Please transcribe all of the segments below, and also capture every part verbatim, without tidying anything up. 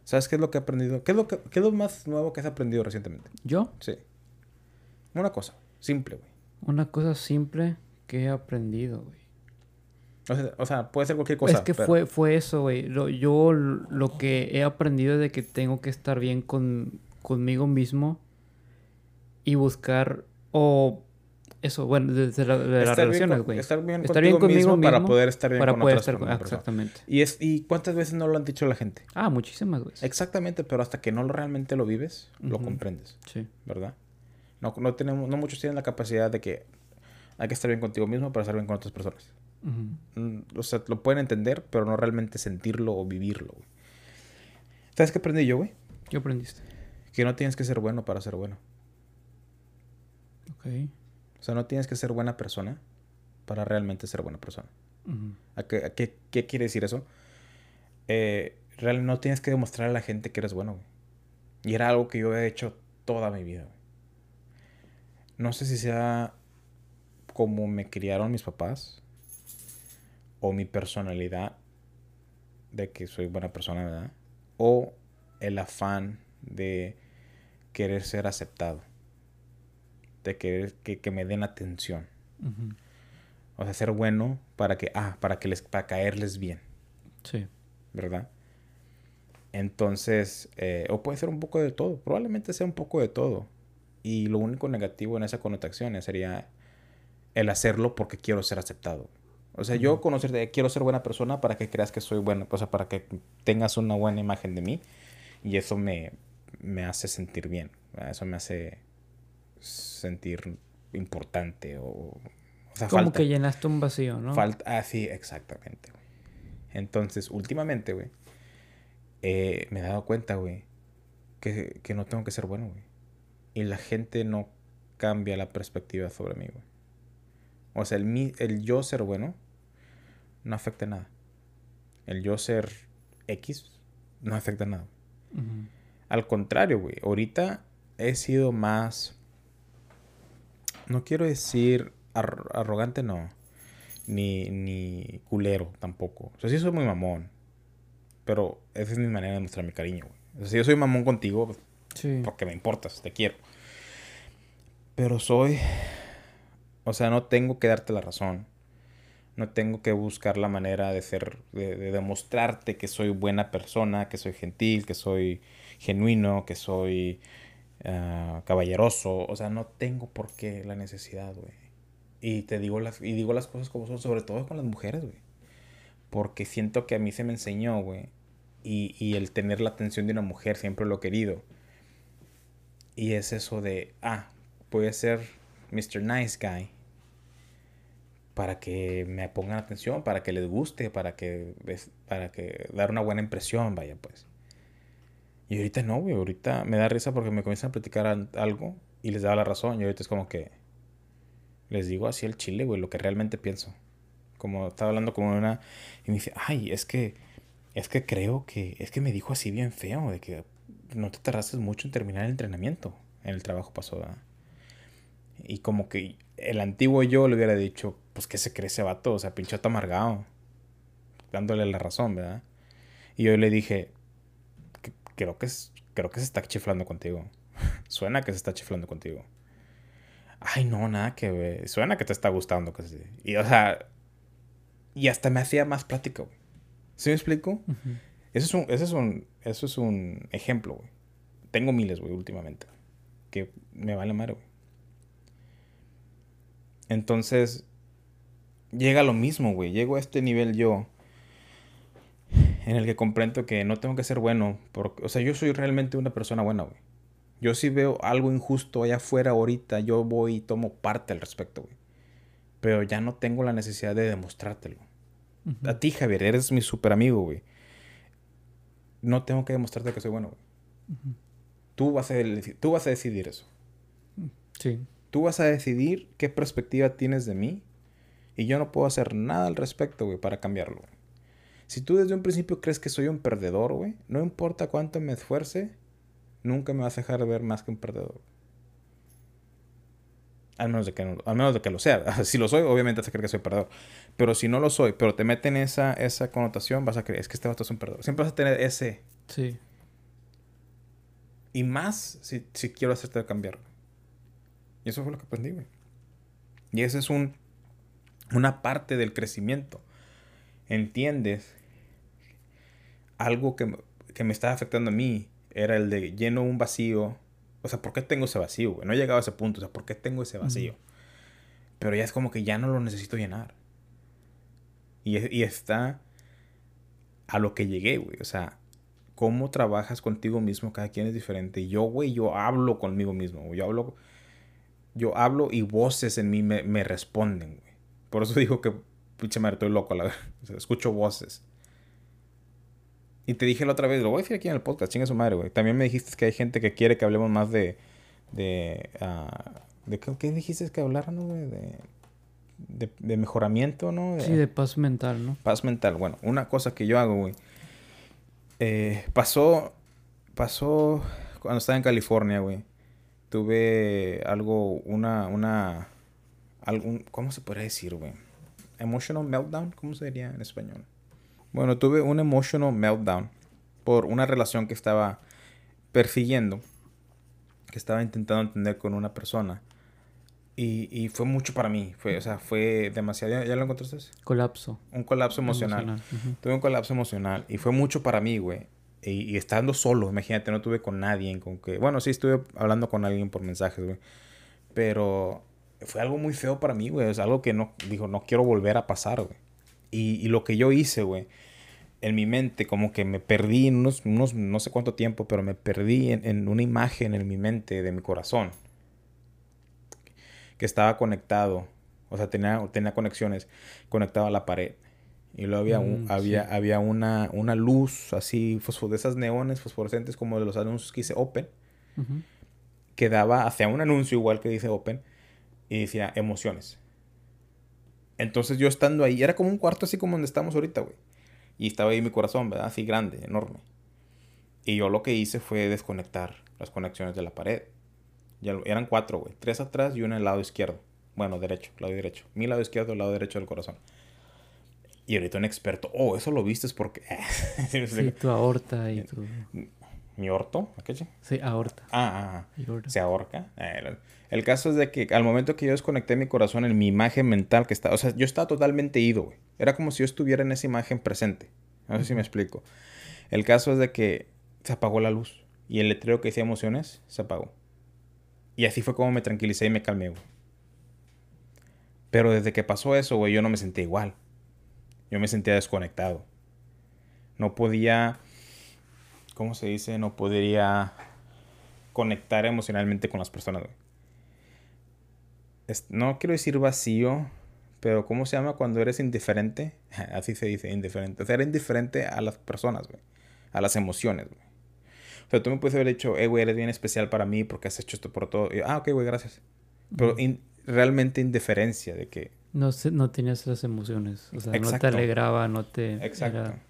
¿Sabes qué es lo que he aprendido? ¿Qué es lo, que, qué es lo más nuevo que has aprendido recientemente? ¿Yo? Sí. Una cosa. Simple, güey. Una cosa simple que he aprendido, güey. O sea, o sea, puede ser cualquier Es cosa, que pero... fue, fue eso, güey. Lo- yo l- lo que he aprendido es de que tengo que estar bien con, conmigo mismo y buscar, o eso, bueno, desde la- de las Estar bien, relaciones, con- güey. estar bien Estar bien contigo conmigo mismo para mismo poder estar bien para con poder otras estar con... ah, personas. exactamente. Y, es, ¿Y cuántas veces no lo han dicho la gente? Ah, muchísimas veces. Exactamente, pero hasta que no lo- realmente lo vives, lo Ujú. comprendes, Sí. ¿verdad? No, no, tenemos, no muchos tienen la capacidad de que hay que estar bien contigo mismo para estar bien con otras personas. Ujú. Mm, O sea, lo pueden entender, pero no realmente sentirlo o vivirlo, güey. ¿Sabes qué aprendí yo, güey? ¿Qué aprendiste? Que no tienes que ser bueno para ser bueno. Ok. O sea, no tienes que ser buena persona para realmente ser buena persona. Ujú. ¿A qué, a qué, qué quiere decir eso? Eh, real, no tienes que demostrar a la gente que eres bueno, güey. Y era algo que yo he hecho toda mi vida, güey. No sé si sea como me criaron mis papás o mi personalidad de que soy buena persona, ¿verdad? O el afán de querer ser aceptado, de querer que, que me den atención. Ujú. O sea, ser bueno para que, ah, para que les, para caerles bien, Sí. ¿verdad? Entonces, eh, o puede ser un poco de todo, probablemente sea un poco de todo. Y lo único negativo en esa connotación sería el hacerlo porque quiero ser aceptado. O sea, Ujú. yo conocerte, quiero ser buena persona para que creas que soy buena, o sea, para que tengas una buena imagen de mí. Y eso me, me hace sentir bien. ¿Verdad? Eso me hace sentir importante o... O sea, Como falta. que llenaste un vacío, ¿no? Falta... Ah, sí, exactamente, güey. Entonces, últimamente, güey, eh, me he dado cuenta, güey, que, que no tengo que ser bueno, güey. Y la gente no cambia la perspectiva sobre mí, güey. O sea, el, mi, el yo ser bueno no afecta nada. El yo ser X no afecta nada. Ujú. Al contrario, güey. Ahorita he sido más... No quiero decir ar- arrogante, no. Ni, ni culero tampoco. O sea, sí soy muy mamón. Pero esa es mi manera de mostrar mi cariño, güey. O sea, si yo soy mamón contigo, pues, Sí. porque me importas, te quiero. Pero soy... O sea, no tengo que darte la razón. No tengo que buscar la manera de ser, de, de demostrarte que soy buena persona, que soy gentil, que soy genuino, que soy uh, caballeroso. O sea, no tengo por qué la necesidad, güey. Y te digo las, y digo las cosas como son, sobre todo con las mujeres, güey. Porque siento que a mí se me enseñó, güey. Y, y el tener la atención de una mujer siempre lo he querido. Y es eso de, ah, voy a ser mister Nice Guy para que me pongan atención, para que les guste, para que, para que dar una buena impresión, vaya, pues. Y ahorita no, güey, ahorita me da risa porque me comienzan a platicar algo y les da la razón. Y ahorita es como que les digo así al chile, güey, lo que realmente pienso. Como estaba hablando como una... Y me dice, ay, es que, es que creo que, es que me dijo así bien feo, de que no te tardaste mucho en terminar el entrenamiento en el trabajo pasado, ¿verdad? Y como que el antiguo yo le hubiera dicho, pues que se cree ese vato, o sea, pinchote amargado, dándole la razón, ¿verdad? Y yo le dije, creo que, es, creo que se está chiflando contigo. Suena que se está chiflando contigo. Ay, no, nada que ver. Suena que te está gustando. Que sí. Y, o sea, y hasta me hacía más plática, güey. ¿Sí me explico? Ujú. Eso es un, eso es un, eso es un ejemplo, güey. Tengo miles, güey, últimamente. Que me vale madre, güey. Entonces, llega lo mismo, güey. Llego a este nivel yo en el que comprendo que no tengo que ser bueno. Porque, o sea, yo soy realmente una persona buena, güey. Yo si veo algo injusto allá afuera ahorita, yo voy y tomo parte al respecto, güey. Pero ya no tengo la necesidad de demostrártelo. Ujú. A ti, Javier, eres mi super amigo, güey. No tengo que demostrarte que soy bueno, güey. Ujú. Tú vas a, tú vas a decidir eso. Sí. Tú vas a decidir qué perspectiva tienes de mí. Y yo no puedo hacer nada al respecto, güey, para cambiarlo. Si tú desde un principio crees que soy un perdedor, güey, no importa cuánto me esfuerce, nunca me vas a dejar ver más que un perdedor. Al menos de que, no, al menos de que lo sea. Si lo soy, obviamente vas a creer que soy perdedor. Pero si no lo soy, pero te meten esa, esa connotación, vas a creer, es que este vato es un perdedor. Siempre vas a tener ese... Sí. Y más si, si quiero hacerte cambiar. Y eso fue lo que aprendí, güey. Y ese es un, una parte del crecimiento. ¿Entiendes? Algo que, me- que me estaba afectando a mí era el de lleno un vacío. O sea, ¿por qué tengo ese vacío, güey? No he llegado a ese punto. O sea, ¿por qué tengo ese Ujú. vacío? Pero ya es como que ya no lo necesito llenar. Y, y está a lo que llegué, güey. O sea, cómo trabajas contigo mismo, cada quien es diferente. Yo, güey, yo hablo conmigo mismo, güey. Yo hablo, yo hablo y voces en mí me, me responden, güey. Por eso digo que, pinche madre, estoy loco, la verdad. O sea, escucho voces. Y te dije la otra vez, lo voy a decir aquí en el podcast, chinga su madre, güey. También me dijiste que hay gente que quiere que hablemos más de... de, ah, de ¿qué, qué dijiste que hablaran, güey? De, de, de mejoramiento, ¿no? Sí, De de paz mental, ¿no? paz mental. Bueno, una cosa que yo hago, güey. Eh, pasó, pasó cuando estaba en California, güey. Tuve algo, una, una, algún, ¿cómo se podría decir, güey? Emotional meltdown, ¿cómo se diría en español? Bueno, tuve un emotional meltdown por una relación que estaba persiguiendo, que estaba intentando entender con una persona. Y, y fue mucho para mí, fue, o sea, fue demasiado, ¿ya, ya lo encontraste? Colapso Un colapso emocional. emocional. Ujú. Tuve un colapso emocional y fue mucho para mí, güey. Y, y estando solo, imagínate, no tuve con nadie, con que... Bueno, sí estuve hablando con alguien por mensajes, güey. Pero fue algo muy feo para mí, güey. Es algo que no, digo, no quiero volver a pasar, güey. Y, y lo que yo hice, güey, en mi mente, como que me perdí en unos, unos no sé cuánto tiempo, pero me perdí en, en una imagen en mi mente de mi corazón que estaba conectado. O sea, tenía, tenía conexiones conectado a la pared. Y luego había, un, Mm, había, sí. había una, una luz así, fosfo- de esas neones fosforescentes como de los anuncios que dice Open, Ujú. que daba hacia un anuncio igual que dice Open y decía emociones. Entonces yo estando ahí, era como un cuarto así como donde estamos ahorita, güey. Y estaba ahí mi corazón, ¿verdad? Así grande, enorme. Y yo lo que hice fue desconectar las conexiones de la pared. Ya lo- eran cuatro, güey. Tres atrás y una en el lado izquierdo. Bueno, derecho, lado derecho. Mi lado izquierdo, el lado derecho del corazón. Y ahorita un experto, oh, eso lo viste es porque... Sí, tu aorta y tu... ¿Mi orto? ¿Aquello? Sí, aorta. Ah, ah, ah. Y aorta. Se ahorca. Eh, el, el caso es de que al momento que yo desconecté mi corazón en mi imagen mental que estaba... O sea, yo estaba totalmente ido, güey. Era como si yo estuviera en esa imagen presente. No sé si me Ujú. explico. El caso es de que se apagó la luz. Y el letrero que decía emociones se apagó. Y así fue como me tranquilicé y me calmé, güey. Pero desde que pasó eso, güey, yo no me sentía igual. Yo me sentía desconectado. No podía... ¿Cómo se dice? No podría conectar emocionalmente con las personas, güey. Es- no quiero decir vacío, pero ¿cómo se llama cuando eres indiferente? Así se dice, indiferente. O sea, eres indiferente a las personas, güey. A las emociones, güey. O sea, tú me puedes haber dicho, eh, güey, eres bien especial para mí porque has hecho esto por todo. Y, ah, ok, güey, gracias. Pero Ujú. in- realmente indiferencia de que... No sé, no tenías esas emociones. O sea, no te Exacto, alegraba, no te... exacto. Era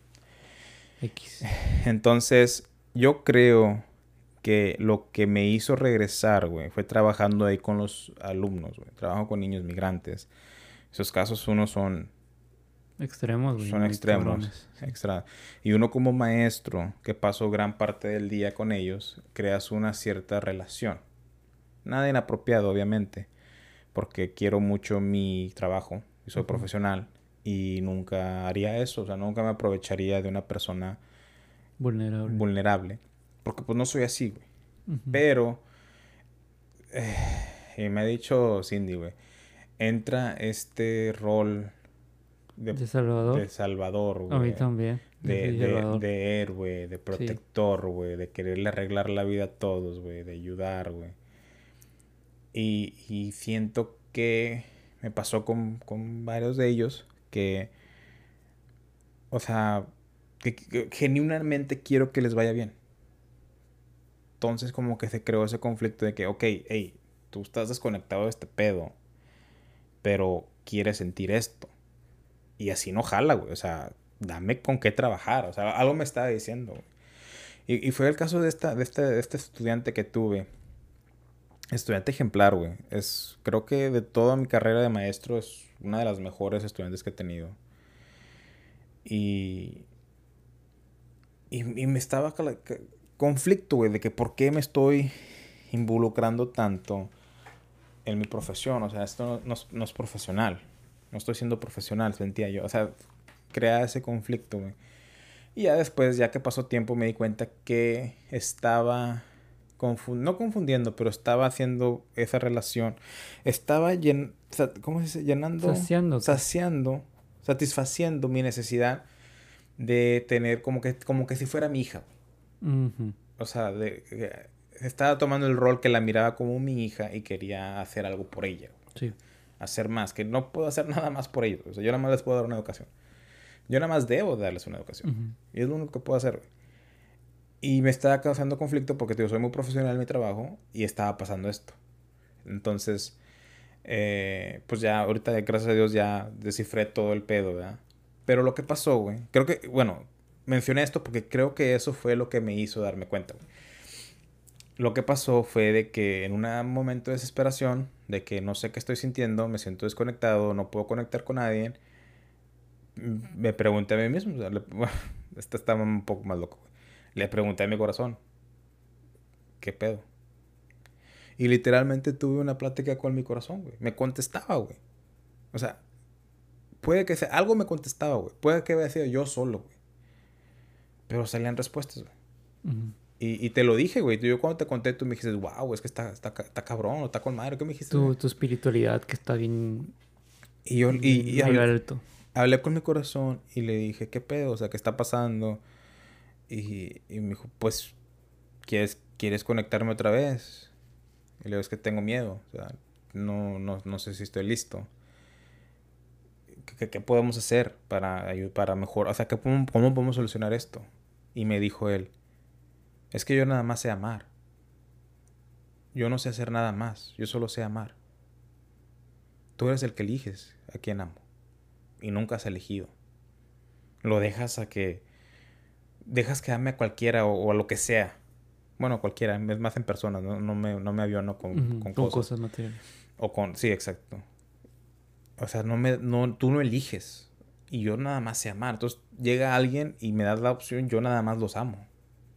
X. Entonces, yo creo que lo que me hizo regresar, güey, fue trabajando ahí con los alumnos, güey. Trabajo con niños migrantes. Esos casos, unos son Extremos, güey, son muy extremos, cabrones. Sí. extra. Y uno como maestro, que pasó gran parte del día con ellos, creas una cierta relación. Nada inapropiado, obviamente, porque quiero mucho mi trabajo y soy Ujú. profesional y nunca haría eso, o sea, nunca me aprovecharía de una persona Vulnerable. vulnerable, porque pues no soy así, güey. Ujú. Pero, y me ha dicho Cindy, güey, entra este rol de, ¿De Salvador? de salvador, A mí güey. también. Yo De, soy de, Salvador. de héroe, de Sí. protector, güey. De quererle arreglar la vida a todos, güey. De ayudar, güey. Y, y siento que me pasó con, con varios de ellos que, o sea, que, que genuinamente quiero que les vaya bien. Entonces como que se creó ese conflicto de que, ok, hey, tú estás desconectado de este pedo, pero quieres sentir esto. Y así no jala, güey. O sea, dame con qué trabajar. O sea, algo me estaba diciendo, güey. Y, y fue el caso de esta, de este, de este estudiante que tuve. Estudiante ejemplar, güey. Es, creo que de toda mi carrera de maestro es una de las mejores estudiantes que he tenido. Y, y, y me estaba cala- ca- conflicto, güey, de que por qué me estoy involucrando tanto en mi profesión. O sea, esto no, no, es, no es profesional. No estoy siendo profesional, sentía yo. O sea, crea ese conflicto, güey. Y ya después, ya que pasó tiempo, me di cuenta que estaba... Confund... No confundiendo, pero estaba haciendo esa relación. Estaba llen... ¿Cómo se dice? Llenando... Saciando. Saciando. Satisfaciendo mi necesidad de tener como que, como que si fuera mi hija. Uh-huh. O sea, de, eh, estaba tomando el rol que la miraba como mi hija y quería hacer algo por ella. Sí. Hacer más, que no puedo hacer nada más por ellos. O sea, yo nada más les puedo dar una educación. Yo nada más debo darles una educación. Uh-huh. Y es lo único que puedo hacer. Y me estaba causando conflicto porque yo soy muy profesional en mi trabajo y estaba pasando esto. Entonces, eh, pues ya ahorita, gracias a Dios, ya descifré todo el pedo, ¿verdad? Pero lo que pasó, güey, creo que, bueno, mencioné esto porque creo que eso fue lo que me hizo darme cuenta, güey. Lo que pasó fue de que en un momento de desesperación, de que no sé qué estoy sintiendo, me siento desconectado, no puedo conectar con nadie, me pregunté a mí mismo, o sea, le, bueno, esta estaba un poco más loco, güey. Le pregunté a mi corazón, ¿qué pedo? Y literalmente tuve una plática con mi corazón, güey. Me contestaba, güey. O sea, puede que sea, algo me contestaba, güey. Puede que haya sido yo solo, güey. Pero salían respuestas, güey. Uh-huh. Y, y te lo dije, güey. Yo cuando te conté, tú me dijiste, wow, es que está, está, está cabrón, está con madre. ¿Qué me dijiste? Tu, tu espiritualidad que está bien... Y yo, y, y hablé, alto. hablé con mi corazón y le dije, ¿qué pedo? O sea, ¿qué está pasando? Y, y me dijo, pues, ¿quieres, ¿quieres conectarme otra vez? Y le digo, es que tengo miedo. O sea, no, no, no sé si estoy listo. ¿Qué, qué podemos hacer para, para mejor? O sea, ¿qué, cómo, ¿cómo podemos solucionar esto? Y me dijo él, es que yo nada más sé amar. Yo no sé hacer nada más. Yo solo sé amar. Tú eres el que eliges a quién amo. Y nunca has elegido. Lo dejas a que... Dejas que ame a cualquiera o, o a lo que sea. Bueno, a cualquiera. Es más en personas. No, no, me, no me aviono con, uh-huh. con, con cosas. cosas materiales. O con... Sí, exacto. O sea, no me, no, tú no eliges. Y yo nada más sé amar. Entonces llega alguien y me da la opción. Yo nada más los amo.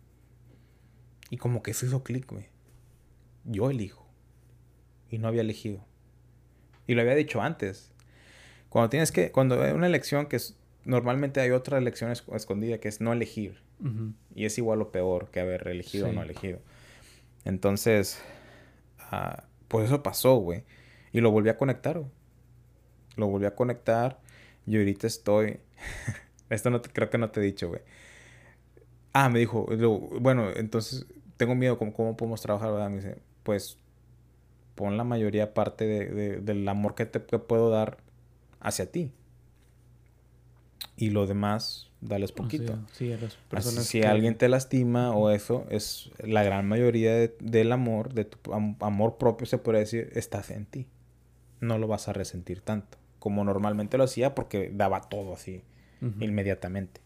Y como que eso hizo clic, güey. Yo elijo. Y no había elegido. Y lo había dicho antes. Cuando tienes que... Cuando hay una elección que es... Normalmente hay otra elección es, escondida que es no elegir. Uh-huh. Y es igual o peor que haber elegido sí. o no elegido. Entonces... Uh, pues eso pasó, güey. Y lo volví a conectar, güey. Lo volví a conectar. Y ahorita estoy... Esto no te, creo que no te he dicho, güey. Ah, me dijo... Lo, bueno, entonces... Tengo miedo. ¿Cómo, cómo podemos trabajar, verdad? Me dice... Pues... Pon la mayoría parte de, de, del amor que te que puedo dar hacia ti. Y lo demás, dales poquito. O sea, sí, a las personas Así, si que... alguien te lastima o eso, es la gran mayoría de, del amor, de tu am, amor propio, se puede decir, está en ti. No lo vas a resentir tanto. Como normalmente lo hacía porque daba todo así, uh-huh. inmediatamente.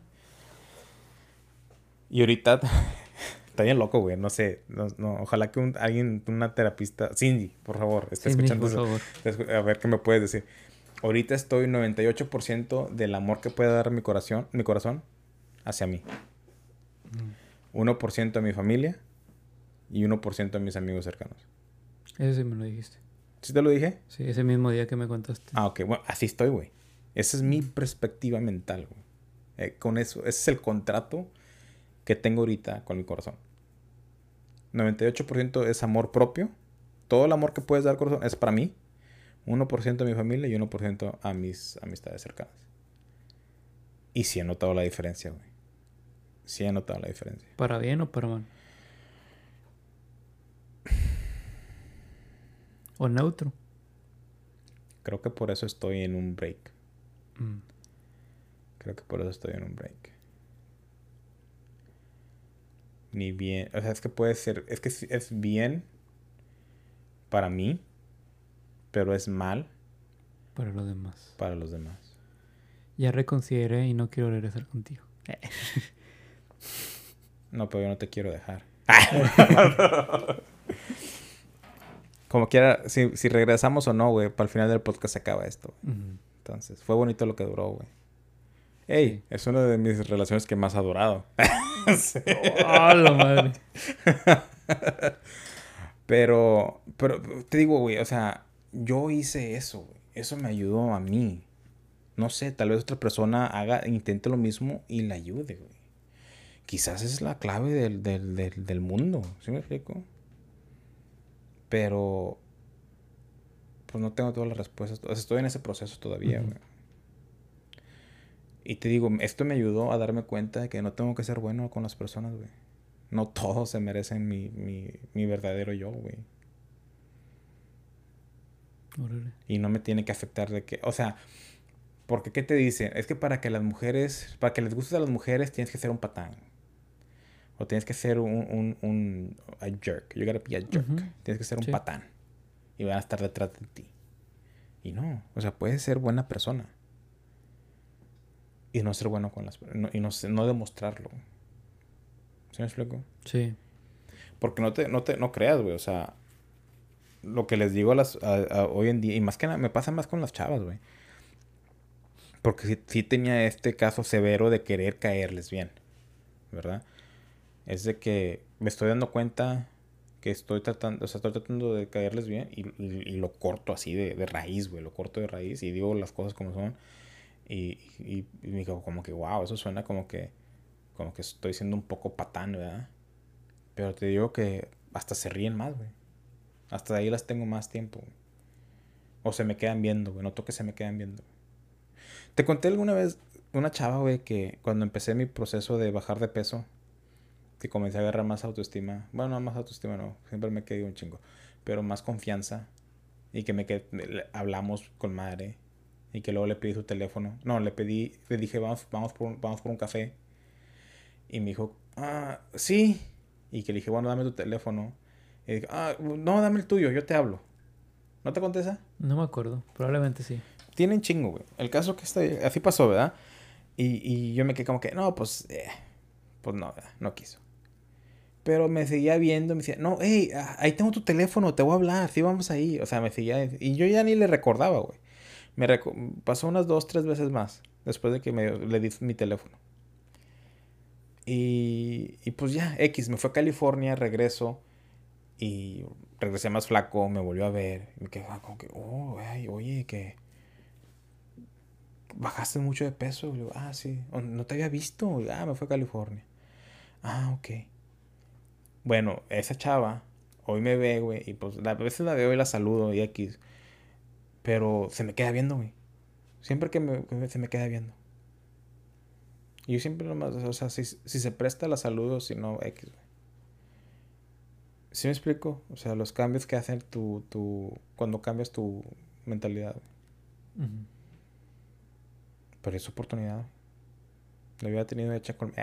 Y ahorita... Está bien loco, güey. No sé. No, no, ojalá que un, alguien, una terapista... Cindy, por favor. Esté Cindy, escuchando por eso. favor. A ver qué me puedes decir. Ahorita estoy noventa y ocho por ciento del amor que puede dar mi corazón, mi corazón hacia mí. Mm. uno por ciento a mi familia y uno por ciento a mis amigos cercanos. Ese sí me lo dijiste. ¿Sí te lo dije? Sí, ese mismo día que me contaste. Ah, ok. Bueno, así estoy, güey. Esa es mi perspectiva mental, güey. Eh, con eso, ese es el contrato que tengo ahorita con mi corazón. noventa y ocho por ciento es amor propio. Todo el amor que puedes dar, corazón, es para mí. uno por ciento a mi familia y uno por ciento a mis amistades cercanas. Y sí he notado la diferencia, güey. Sí he notado la diferencia. ¿Para bien o para mal? ¿O neutro? Creo que por eso estoy en un break. Mm. Creo que por eso estoy en un break. Ni bien... O sea, es que puede ser... Es que es bien para mí, pero es mal para los demás. Para los demás. Ya reconsideré y no quiero regresar contigo. No, pero yo no te quiero dejar. Como quiera, si, si regresamos o no, güey, para el final del podcast se acaba esto. Uh-huh. Entonces, fue bonito lo que duró, güey. Ey, sí. Es una de mis relaciones que más ha durado. Sí. ¡Oh, la madre! Pero, pero te digo, güey, o sea, yo hice eso, güey. Eso me ayudó a mí. No sé, tal vez otra persona haga, intente lo mismo y le ayude, güey. Quizás esa es la clave del, del, del, del mundo, ¿sí me explico? Pero, pues no tengo todas las respuestas. O sea, estoy en ese proceso todavía, Ujú. güey. Y te digo, esto me ayudó a darme cuenta de que no tengo que ser bueno con las personas, güey. No todos se merecen mi, mi, mi verdadero yo, güey. Órale. Y no me tiene que afectar de que, o sea, porque ¿qué te dicen? Es que para que las mujeres, para que les gustes a las mujeres tienes que ser un patán. O tienes que ser un, un, un a jerk. You gotta be a jerk. Ujú. Tienes que ser un Sí. patán. Y van a estar detrás de ti. Y no, o sea, puedes ser buena persona. Y no ser bueno con las no, y no, no demostrarlo. ¿Sí me explico? Sí. Porque no te, no te, no creas, güey. O sea, lo que les digo a las, a, a hoy en día, y más que nada, me pasa más con las chavas, güey. Porque sí, sí tenía este caso severo de querer caerles bien, ¿verdad? Es de que me estoy dando cuenta que estoy tratando, o sea, estoy tratando de caerles bien y, y, y lo corto así de, de raíz, güey. Lo corto de raíz y digo las cosas como son. Y, y, y me digo como que, wow, eso suena como que, como que estoy siendo un poco patán, ¿verdad? Pero te digo que hasta se ríen más, güey. Hasta ahí las tengo más tiempo, güey. O se me quedan viendo, güey. Noto que se me quedan viendo. Te conté alguna vez una chava, güey, que cuando empecé mi proceso de bajar de peso, que comencé a agarrar más autoestima. Bueno, no más autoestima, no. Siempre me quedé un chingo. Pero más confianza. Y que me quedé, hablamos con madre. Y que luego le pedí su teléfono. No, le pedí, le dije, vamos, vamos, por, un, vamos por un café. Y me dijo, ah, sí. Y que le dije, bueno, dame tu teléfono. Y dije, ah, no, dame el tuyo, yo te hablo. ¿No te contesta? No me acuerdo. Probablemente sí. Tienen chingo, güey. El caso que está, así pasó, ¿verdad? Y, y yo me quedé como que, no, pues, eh, pues no, ¿verdad? No quiso. Pero me seguía viendo, me decía, no, hey, ahí tengo tu teléfono, te voy a hablar, sí, vamos ahí. O sea, me seguía, y yo ya ni le recordaba, güey. Me reco pasó unas dos, tres veces más, después de que me, le di mi teléfono. Y, y pues ya, X, me fue a California, regreso, y regresé más flaco, me volvió a ver, y me quedé como que, oh, ay, oye, que bajaste mucho de peso. Y digo, ah, sí, no te había visto, y, ah, me fue a California. Ah, ok. Bueno, esa chava hoy me ve, güey, y pues a veces la veo y la saludo y X, pero se me queda viendo, güey. Siempre que, me, que se me queda viendo. Y yo siempre nomás, o sea, si, si se presta la saludo, si no, X, güey. ¿Sí me explico? O sea, los cambios que hacen tu, tu, cuando cambias tu mentalidad, güey. Ujú. Pero es oportunidad, güey. Lo había tenido hecha con...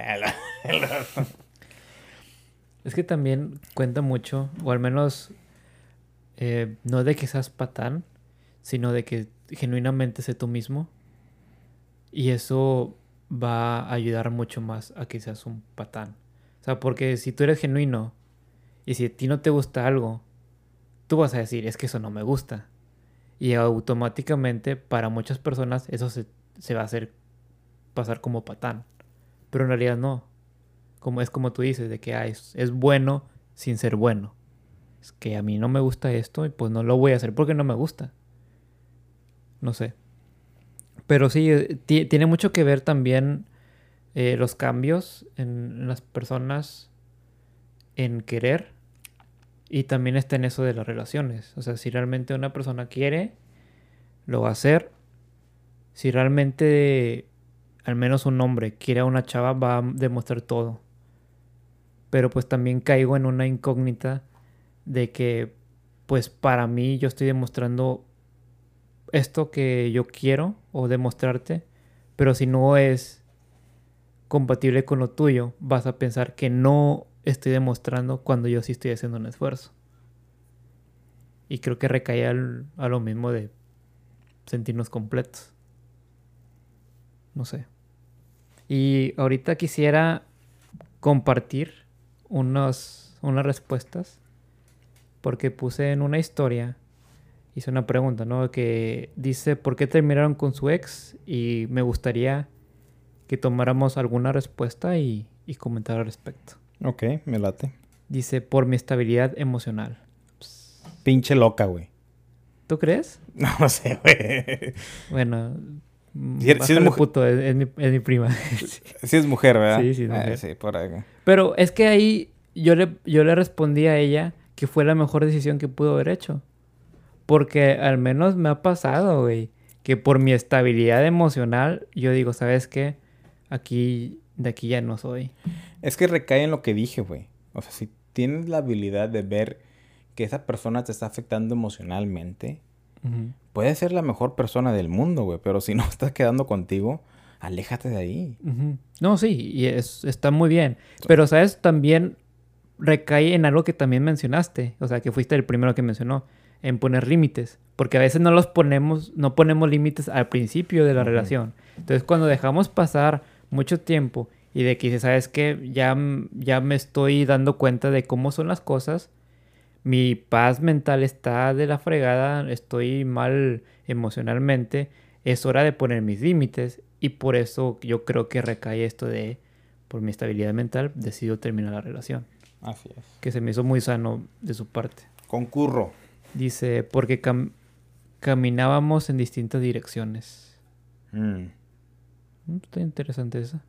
Es que también cuenta mucho, o al menos eh, no de que seas patán, sino de que genuinamente sé tú mismo. Y eso va a ayudar mucho más a que seas un patán. O sea, porque si tú eres genuino y si a ti no te gusta algo, tú vas a decir, es que eso no me gusta. Y automáticamente para muchas personas eso se, se va a hacer pasar como patán. Pero en realidad no. Como es como tú dices, de que ah, es, es bueno sin ser bueno. Es que a mí no me gusta esto y pues no lo voy a hacer porque no me gusta. No sé. Pero sí, eh, ti- tiene mucho que ver también eh, los cambios en, en las personas en querer y también está en eso de las relaciones. O sea, si realmente una persona quiere, lo va a hacer. Si realmente al menos un hombre quiere a una chava, va a demostrar todo. Pero pues también caigo en una incógnita de que pues para mí yo estoy demostrando esto que yo quiero o demostrarte, pero si no es compatible con lo tuyo, vas a pensar que no estoy demostrando cuando yo sí estoy haciendo un esfuerzo. Y creo que recae al, a lo mismo de sentirnos completos. No sé. Y ahorita quisiera compartir unos, unas respuestas porque puse en una historia, hice una pregunta, ¿no? Que dice, ¿por qué terminaron con su ex? Y me gustaría que tomáramos alguna respuesta y, y comentar al respecto. Ok, me late. Dice, por mi estabilidad emocional. Pinche loca, güey. ¿Tú crees? No, no sé, güey. Bueno, Si, si es bájale mujer, puto, es, es mi, es mi prima. Sí. si es mujer, ¿verdad? Sí, sí, es Ah, mujer. sí, por ahí. Pero es que ahí yo le, yo le respondí a ella que fue la mejor decisión que pudo haber hecho. Porque al menos me ha pasado, güey, que por mi estabilidad emocional, yo digo, ¿sabes qué? Aquí, de aquí ya no soy. Es que recae en lo que dije, güey. O sea, si tienes la habilidad de ver que esa persona te está afectando emocionalmente, Ujú. puedes ser la mejor persona del mundo, güey. Pero si no estás quedando contigo, aléjate de ahí. Ujú. No, sí, y es, está muy bien. Pero, ¿sabes? También recae en algo que también mencionaste. O sea, que fuiste el primero que mencionó. En poner límites. Porque a veces no los ponemos, no ponemos límites al principio de la Ujú. relación. Entonces, cuando dejamos pasar mucho tiempo y de que dices, ¿sabes qué? Ya, m- ya me estoy dando cuenta de cómo son las cosas. Mi paz mental está de la fregada. Estoy mal emocionalmente. Es hora de poner mis límites. Y por eso yo creo que recae esto de, por mi estabilidad mental, decido terminar la relación. Así es. Que se me hizo muy sano de su parte. Concurro. Dice, porque cam- caminábamos en distintas direcciones. Mm. Mm, Está interesante esa.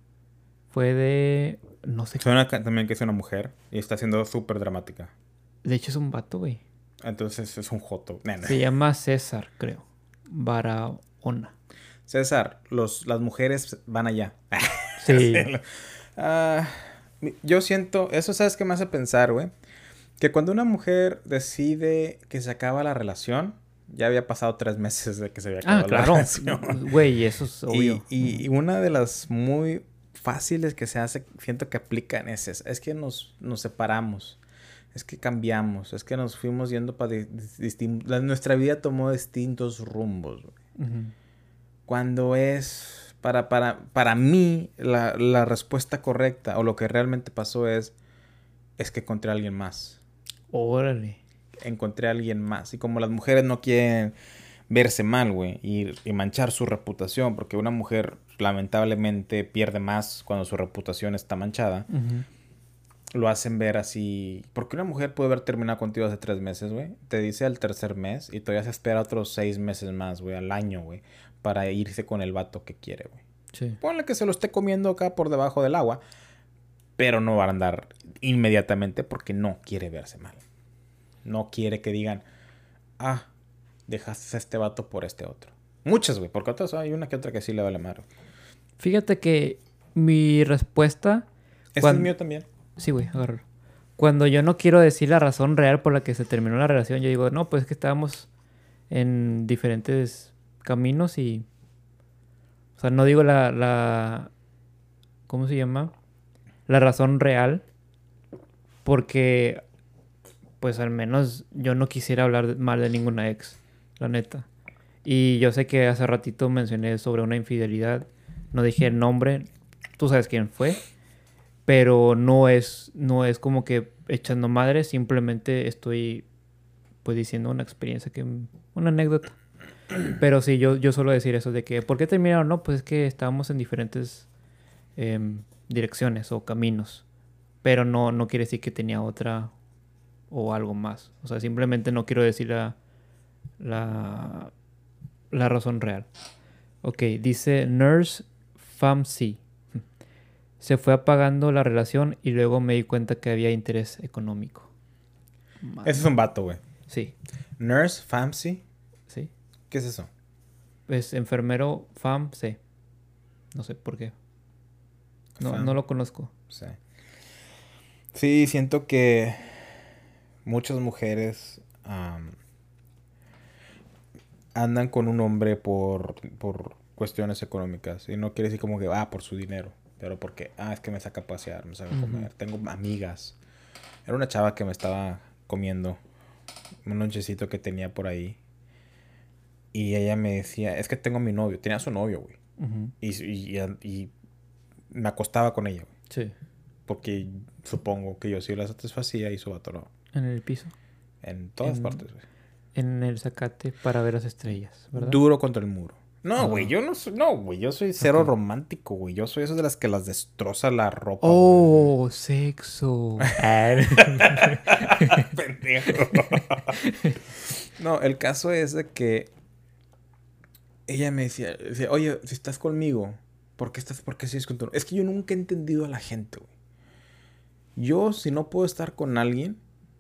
Fue de... No sé. Suena ca- también que es una mujer y está siendo súper dramática. De hecho es un vato, güey. Entonces es un joto. Nena. Se llama César, creo. Barahona. César, los, las mujeres van allá. Sí. Ah, mi- yo siento, eso sabes qué me hace pensar, güey. Que cuando una mujer decide que se acaba la relación, ya había pasado tres meses de que se había Ah, acabado la claro. relación. Güey, eso es Y, obvio. y- y una de las muy fáciles que se hace, siento que aplican es esa. Es que nos, nos separamos. Es que cambiamos. Es que nos fuimos yendo para distintos... Nuestra vida tomó distintos rumbos, güey. Ujú. Cuando es... Para, para, para mí, la, la respuesta correcta o lo que realmente pasó es... Es que encontré a alguien más. Órale. Encontré a alguien más. Y como las mujeres no quieren verse mal, güey, y, y manchar su reputación, porque una mujer lamentablemente pierde más cuando su reputación está manchada, Ujú. lo hacen ver así. Porque una mujer puede haber terminado contigo hace tres meses, güey. Te dice al tercer mes y todavía se espera otros seis meses más, güey, al año, güey, para irse con el vato que quiere, güey. Sí. Ponle que se lo esté comiendo acá por debajo del agua, pero no va a andar inmediatamente porque no quiere verse mal. No quiere que digan, ah, dejaste a este vato por este otro. Muchas, güey, porque otras hay una que otra que sí le vale mal. Fíjate que mi respuesta... Este cuan- es mío también. Sí, güey, agárralo. Cuando yo no quiero decir la razón real por la que se terminó la relación, yo digo, no, pues es que estábamos en diferentes caminos y... O sea, no digo la... la ¿cómo se llama? La razón real. Porque, pues al menos yo no quisiera hablar de- mal de ninguna ex, la neta. Y yo sé que hace ratito mencioné sobre una infidelidad. No dije el nombre. Tú sabes quién fue. Pero no es, no es como que echando madre. Simplemente estoy pues diciendo una experiencia que... Una anécdota. Pero sí, yo, yo suelo decir eso de que... ¿Por qué terminaron? No, pues es que estábamos en diferentes em, direcciones o caminos. Pero no, no quiere decir que tenía otra o algo más. O sea, simplemente no quiero decir la, la, la razón real. Ok, dice Nurse Famsi. Se fue apagando la relación y luego me di cuenta que había interés económico. Madre. Ese es un vato, güey. Sí, Nurse Famsi. sí. ¿Qué es eso? Es enfermero Fam, sí. No sé por qué. No, Fam. no lo conozco. Sí. Sí, siento que muchas mujeres am, andan con un hombre por, por cuestiones económicas. Y no quiere decir como que, ah, por su dinero. Pero porque, ah, es que me saca a pasear, me saca a comer. Ujú. Tengo amigas. Era una chava que me estaba comiendo un lonchecito que tenía por ahí. Y ella me decía, es que tengo a mi novio. Tenía a su novio, güey. Ujú. Y, y, y- y me acostaba con ella, güey. Sí, Porque supongo que yo sí la satisfacía y su vato no. en el piso. En todas En- partes, güey. En el zacate para ver las estrellas, ¿verdad? Duro contra el muro. No, güey, Ah. yo no soy... No, güey, yo soy cero Ok. romántico, güey. Yo soy esos de las que las destroza la ropa, güey. Oh, sexo. Ah. Pendejo. No, el caso es de que ella me decía, decía, oye, si estás conmigo, ¿por qué estás, por qué sigues con tu... Es que yo nunca he entendido a la gente, güey. Yo, si no puedo estar con alguien,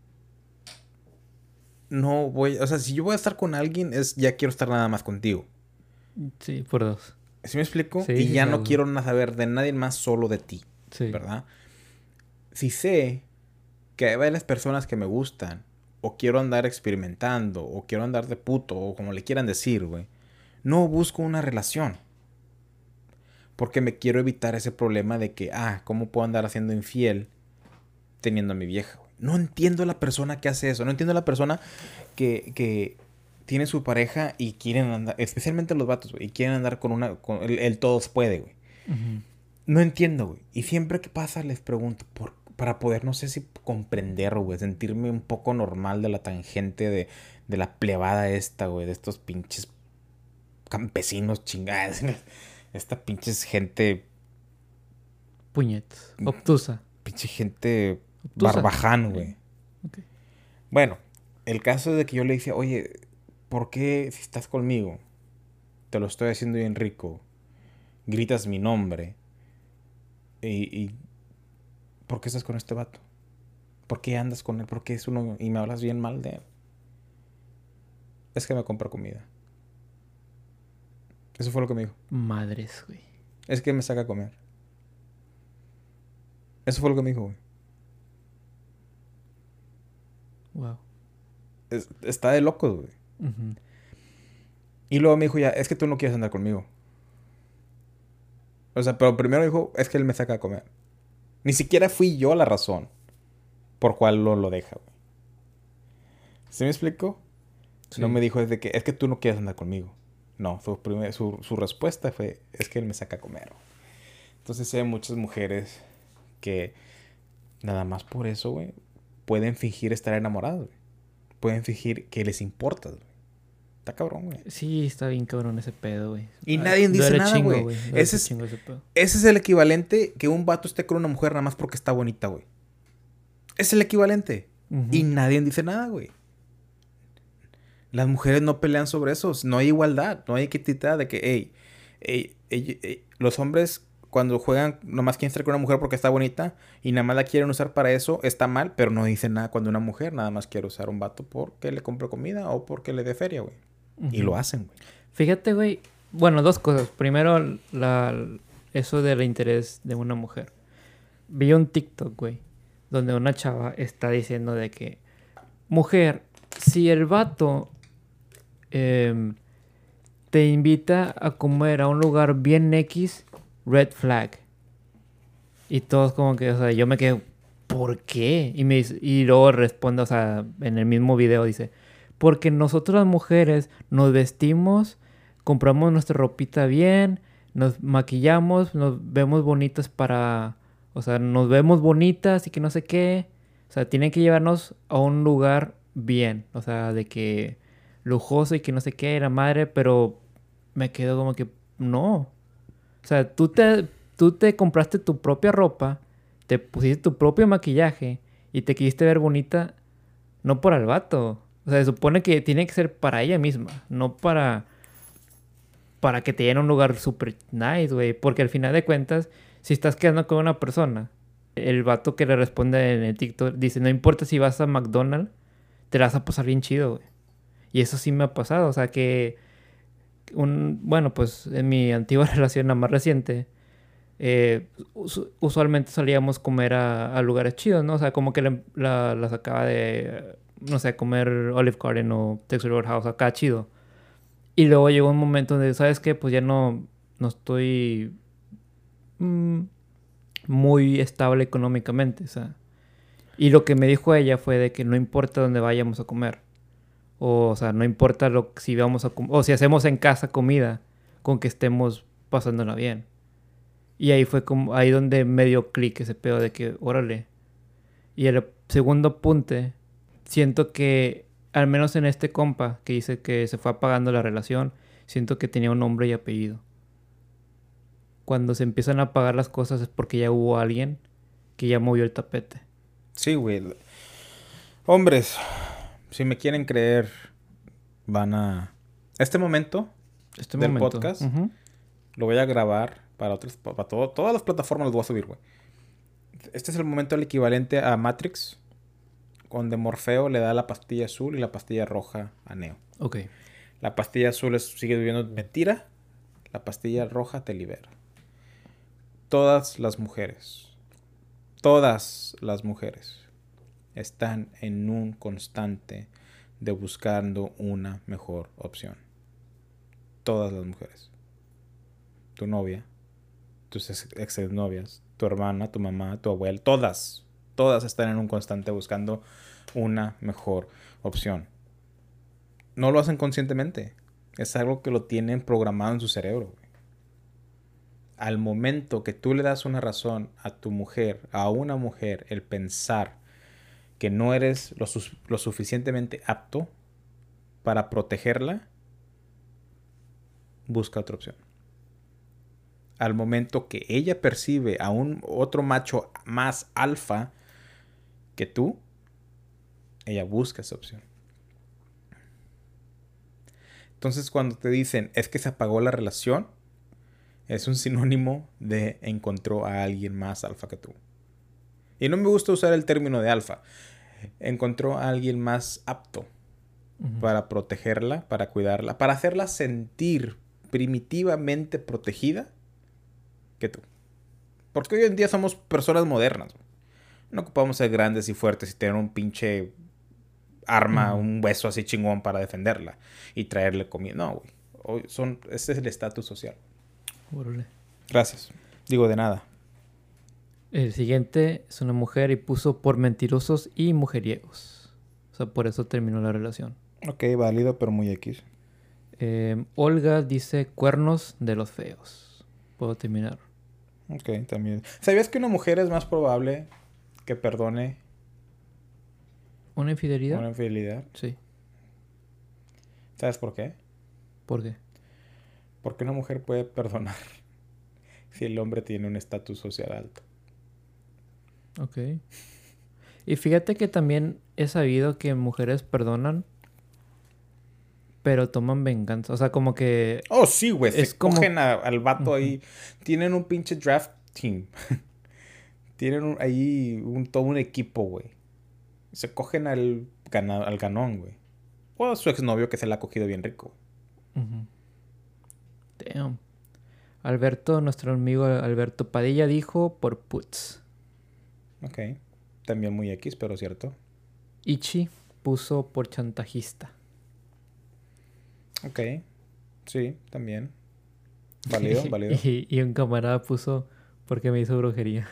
no voy... O sea, si yo voy a estar con alguien, es ya quiero estar nada más contigo. Sí, por dos. ¿Sí me explico? Sí, Y sí, ya sí, no güey. quiero nada saber de nadie más solo de ti, Sí. ¿verdad? Si sé que hay varias personas que me gustan, o quiero andar experimentando, o quiero andar de puto, o como le quieran decir, güey, no busco una relación. Porque me quiero evitar ese problema de que, ah, ¿cómo puedo andar haciendo infiel teniendo a mi vieja, güey? No entiendo la persona que hace eso. No entiendo la persona que, que tiene su pareja y quieren andar, especialmente los vatos, güey, y quieren andar con una, con el, el todos puede, güey. Ujú. No entiendo, güey. Y siempre que pasa les pregunto, por, para poder, no sé si comprender, güey, sentirme un poco normal de la tangente de, de la plebada esta, güey, de estos pinches campesinos chingadas. Esta pinches gente, Puñetas. Obtusa. pinche gente Obtusa. barbaján, güey. Ok. Bueno, el caso es de que yo le dije, oye, ¿por qué si estás conmigo, te lo estoy haciendo bien rico, gritas mi nombre y, y ¿por qué estás con este vato? ¿Por qué andas con él? ¿Por qué es uno y me hablas bien mal de él? Es que me compra comida. Eso fue lo que me dijo. Madres, güey. Es que me saca a comer. Eso fue lo que me dijo, güey. Wow. Es- está de locos, güey. Ujú. Y luego me dijo ya, es que tú no quieres andar conmigo. O sea, pero primero dijo, es que él me saca a comer. Ni siquiera fui yo la razón por cual lo, lo deja, güey. ¿Sí me explico? No Sí. me dijo es de que, es que tú no quieres andar conmigo. No, su, primer- su, su respuesta fue, es que él me saca a comer, güey. Entonces hay muchas mujeres que nada más por eso, güey, pueden fingir estar enamorados, güey. Pueden fingir que les importa, güey. Está cabrón, güey. Sí, está bien cabrón ese pedo, güey. Y Ah, nadie dice duele nada, chingo, güey. güey. Duele Ese es, chingo ese pedo. ese es el equivalente que un vato esté con una mujer nada más porque está bonita, güey. Es el equivalente. Ujú. Y nadie dice nada, güey. Las mujeres no pelean sobre eso. No hay igualdad. No hay equidad de que, hey, hey, hey, hey, los hombres cuando juegan nomás quieren estar con una mujer porque está bonita y nada más la quieren usar para eso, está mal, pero no dicen nada cuando una mujer nada más quiere usar un vato porque le compre comida o porque le dé feria, güey. Y Ujú. lo hacen, güey. Fíjate, güey. Bueno, dos cosas. Primero, la, eso del interés de una mujer. Vi un TikTok, güey, donde una chava está diciendo de que, mujer, si el vato em, te invita a comer a un lugar bien X, red flag. Y todos como que, o sea, yo me quedé, ¿por qué? Y, me, dice- y luego responde, o sea, en el mismo video dice, porque nosotros las mujeres nos vestimos, compramos nuestra ropita bien, nos maquillamos, nos vemos bonitas para, o sea, nos vemos bonitas y que no sé qué. O sea, tienen que llevarnos a un lugar bien, o sea, de que lujoso y que no sé qué, la madre, pero me quedo como que, no. O sea, tú te, tú te compraste tu propia ropa, te pusiste tu propio maquillaje y te quisiste ver bonita, no por el vato. O sea, se supone que tiene que ser para ella misma, no para, para que te llene a un lugar super nice, güey. Porque al final de cuentas, si estás quedando con una persona, el vato que le responde en el TikTok dice, no importa si vas a McDonald's, te la vas a pasar bien chido, güey. Y eso sí me ha pasado, o sea que, un, bueno, pues en mi antigua relación, la más reciente, eh, us- usualmente salíamos a comer a, a lugares chidos, ¿no? O sea, como que la, la, la sacaba de, no sé, comer Olive Garden o Texas Roadhouse acá chido. Y luego llegó un momento donde, ¿sabes qué? Pues ya no, no estoy mm, muy estable económicamente, o sea. Y lo que me dijo ella fue de que no importa dónde vayamos a comer. O, o sea, no importa lo, si vamos a com- o si hacemos en casa comida, con que estemos pasándola bien. Y ahí fue como, ahí donde me dio clic ese pedo de que, órale. Y el segundo apunte, siento que, al menos en este compa, que dice que se fue apagando la relación, siento que tenía un nombre y apellido. Cuando se empiezan a apagar las cosas es porque ya hubo alguien que ya movió el tapete. Sí, güey. Hombres, si me quieren creer, van a... Este momento Este del momento. podcast Ujú. lo voy a grabar para otras... Para todo, todas las plataformas los voy a subir, güey. Este es el momento el equivalente a Matrix, donde Morfeo le da la pastilla azul y la pastilla roja a Neo. Ok. La pastilla azul es, sigue viviendo mentira. La pastilla roja te libera. Todas las mujeres, todas las mujeres están en un constante de buscando una mejor opción. Todas las mujeres. Tu novia, tus ex novias, tu hermana, tu mamá, tu abuela, todas, todas están en un constante buscando una mejor opción. No lo hacen conscientemente. Es algo que lo tienen programado en su cerebro, güey. Al momento que tú le das una razón a tu mujer, a una mujer, el pensar que no eres lo, su lo suficientemente apto para protegerla, busca otra opción. Al momento que ella percibe a un otro macho más alfa que tú, ella busca esa opción. Entonces, cuando te dicen es que se apagó la relación, es un sinónimo de encontró a alguien más alfa que tú. Y no me gusta usar el término de alfa. Encontró a alguien más apto uh-huh. para protegerla, para cuidarla, para hacerla sentir primitivamente protegida que tú. Porque hoy en día somos personas modernas. No ocupamos ser grandes y fuertes y tener un pinche arma, uh-huh. un hueso así chingón para defenderla y traerle comida. No, güey. Hoy son, ese es el estatus social. Órale. Gracias. Digo, de nada. El siguiente es una mujer y puso por mentirosos y mujeriegos. O sea, por eso terminó la relación. Ok, válido, pero muy X. Eh, Olga dice cuernos de los feos. Puedo terminar. Ok, también. ¿Sabías que una mujer es más probable que perdone una infidelidad? Una infidelidad. Sí. ¿Sabes por qué? ¿Por qué? Porque una mujer puede perdonar si el hombre tiene un estatus social alto. Ok. Y fíjate que también he sabido que mujeres perdonan, pero toman venganza. O sea, como que... Oh, sí, güey. Se como... cogen a, al vato uh-huh. ahí. Tienen un pinche draft team. Tienen un, ahí un, todo un equipo, güey. Se cogen al, gana, al ganón, güey. O a su exnovio que se la ha cogido bien rico. Uh-huh. Damn. Alberto, nuestro amigo Alberto Padilla dijo por puts. Ok. También muy X, pero cierto. Ichi puso por chantajista. Ok. Sí, también. Válido, válido. y, y un camarada puso porque me hizo brujería.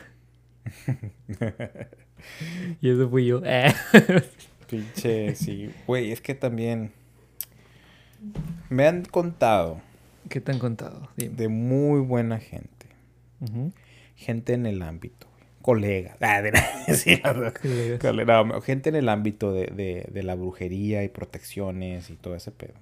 Y eso fui yo. Pinche, sí. Güey, es que también me han contado. ¿Qué te han contado? Dime. De muy buena gente. Uh-huh. Gente en el ámbito. Colegas. Ah, de sí, no, no, gente en el ámbito de, de, de la brujería y protecciones y todo ese pedo.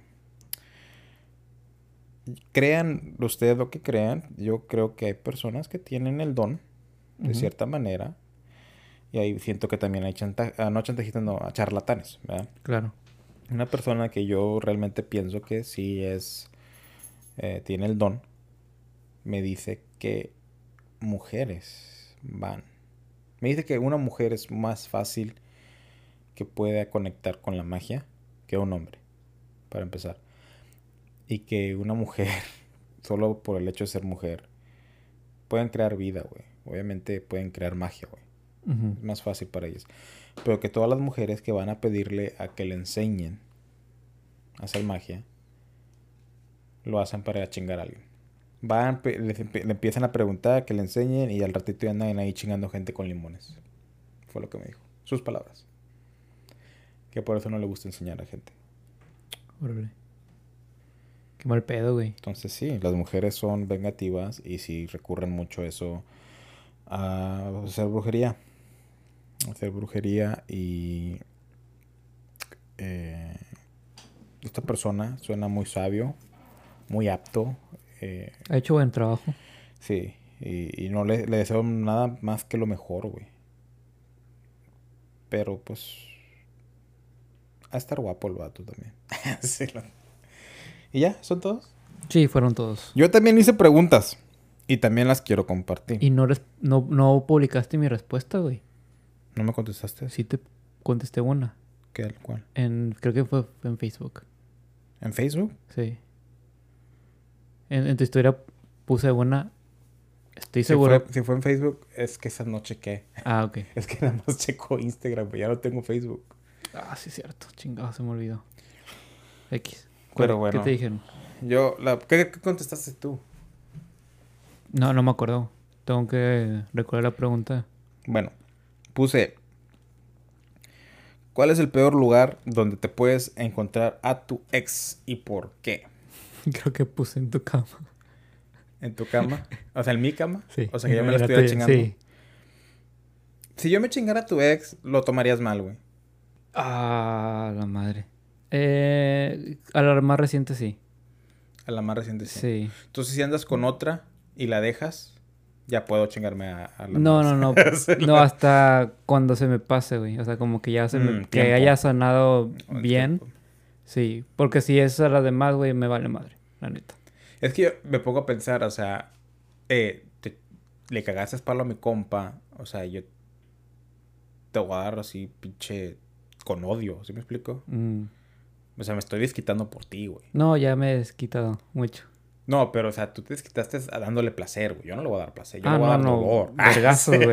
Crean ustedes lo que crean. Yo creo que hay personas que tienen el don, de uh-huh. cierta manera. Y ahí siento que también hay chantajes, no chantajistas, no, charlatanes, ¿verdad? Claro. Una persona que yo realmente pienso que sí es, eh, tiene el don, me dice que mujeres van. Me dice que una mujer es más fácil que pueda conectar con la magia que un hombre, para empezar. Y que una mujer, solo por el hecho de ser mujer, pueden crear vida, güey. Obviamente pueden crear magia, güey. Uh-huh. Es más fácil para ellas. Pero que todas las mujeres que van a pedirle a que le enseñen a hacer magia, lo hacen para chingar a alguien. Van, le, le empiezan a preguntar, que le enseñen y al ratito ya andan ahí chingando gente con limones. Fue lo que me dijo. Sus palabras. Que por eso no le gusta enseñar a gente. Órale. Qué mal pedo, güey. Entonces sí, las mujeres son vengativas y sí recurren mucho a eso, a hacer brujería. Hacer brujería y eh, esta persona suena muy sabio, muy apto. Eh, Ha hecho buen trabajo. sí, y, y no le, le deseo nada más que lo mejor, güey. Pero pues, a estar guapo el vato también. Sí, lo- ¿Y ya? ¿Son todos? Sí, fueron todos. Yo también hice preguntas y también las quiero compartir. Y no, res- no, no publicaste mi respuesta, güey. ¿No me contestaste? Sí te contesté una. ¿Qué? ¿Cuál? En, creo que fue en Facebook. ¿En Facebook? Sí. En, en tu historia puse una. Estoy Si seguro. fue, si fue en Facebook, es que esa no chequé. Ah, ok. Es que nada más checo Instagram, pero ya no tengo Facebook. Ah, sí, cierto. Chingado, se me olvidó. X. Pero ¿Cuál- bueno. ¿Qué te dijeron? Yo, la, ¿qué, qué contestaste tú? No, no me acuerdo. Tengo que recordar la pregunta. Bueno, puse, ¿cuál es el peor lugar donde te puedes encontrar a tu ex y por qué? Creo que puse en tu cama. ¿En tu cama? O sea, ¿en mi cama? Sí. O sea, que yo me la Era estuviera tuya, chingando. Sí. Si yo me chingara a tu ex, lo tomarías mal, güey. Ah, la madre. Eh, a la más reciente sí. A la más reciente sí. Sí. Entonces, si andas con otra y la dejas, ya puedo chingarme a, a la No, más. no, no. No, hasta cuando se me pase, güey. O sea, como que ya se me... Mm, que tiempo. haya sanado El bien. tiempo. Sí. Porque si es a la demás, güey, me vale madre. La neta. Es que yo me pongo a pensar, o sea, eh, te- le cagaste palo a mi compa, o sea, yo te voy a dar así, pinche, con odio, ¿sí me explico? Mm. O sea, me estoy desquitando por ti, güey. No, ya me he desquitado mucho. No, pero, o sea, tú te desquitaste a dándole placer, güey. Yo no le voy a dar placer, yo Ah, le voy a no, dar no. dolor. Vergazos, Sí. güey.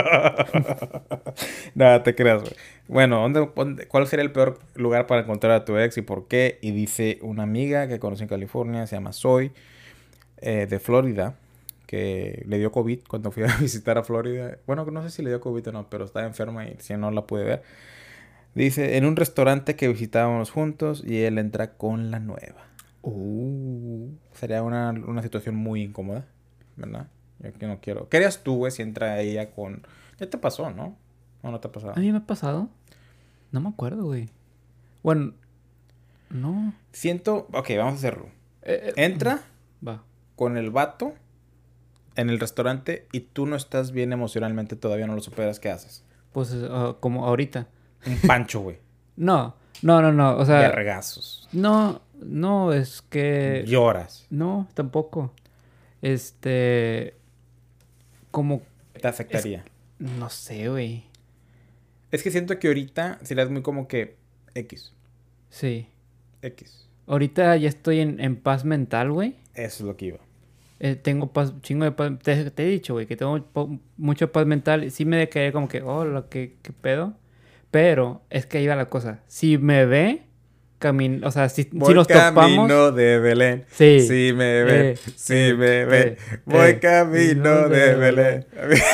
Nada, te creas, güey. Bueno, ¿dónde, dónde- ¿cuál sería el peor lugar para encontrar a tu ex y por qué? Y dice una amiga que conocí en California, se llama Zoe, eh, de Florida, que le dio COVID cuando fui a visitar a Florida. Bueno, no sé si le dio COVID o no, pero estaba enferma y si no la pude ver. Dice, en un restaurante que visitábamos juntos y él entra con la nueva. Uh, sería una, una situación muy incómoda, ¿verdad? Yo que no quiero. ¿Qué harías tú, güey, si entra ella con... Ya te pasó, ¿no? ¿O no te ha pasado? ¿A mí me ha pasado? No me acuerdo, güey. Bueno, no. Siento... Ok, vamos a hacerlo. Eh, eh, Entra Va. con el vato en el restaurante y tú no estás bien emocionalmente, todavía no lo superas, ¿qué haces? Pues ah, como ahorita. Un pancho, güey. No, no, no, no. O sea, Vergazos. no, no, es que... Lloras. No, tampoco. Este... Como... Te afectaría. No sé, güey. Es que siento que ahorita serías muy como que X. Sí. X. Ahorita ya estoy en, en paz mental, güey. Eso es lo que iba. Eh, tengo paz, chingo de paz. Te, te he dicho, güey, que tengo po- mucha paz mental. Sí me caer como que, hola, ¿qué, qué pedo? Pero es que ahí va la cosa. Si me ve, camino, o sea, si, si Voy nos camino topamos... de Belén. Sí. Si me ve, Eh, si eh, me ve. eh, Voy eh, camino de Belén.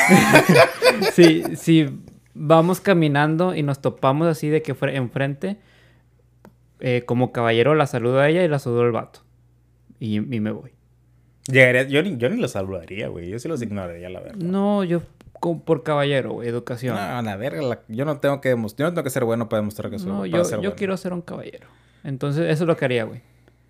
si, si vamos caminando y nos topamos así de que fue enfrente, eh, como caballero la saludo a ella y la saludo al vato. Y, y me voy. Llegaría, yo, ni, yo ni los saludaría, güey. Yo sí los ignoraría, la verdad. No, yo co- por caballero, güey, educación. No, a la verga. la- yo no tengo que demostrar. Yo no tengo que ser bueno para demostrar que soy No, para yo, ser yo bueno. quiero ser un caballero. Entonces, eso es lo que haría, güey.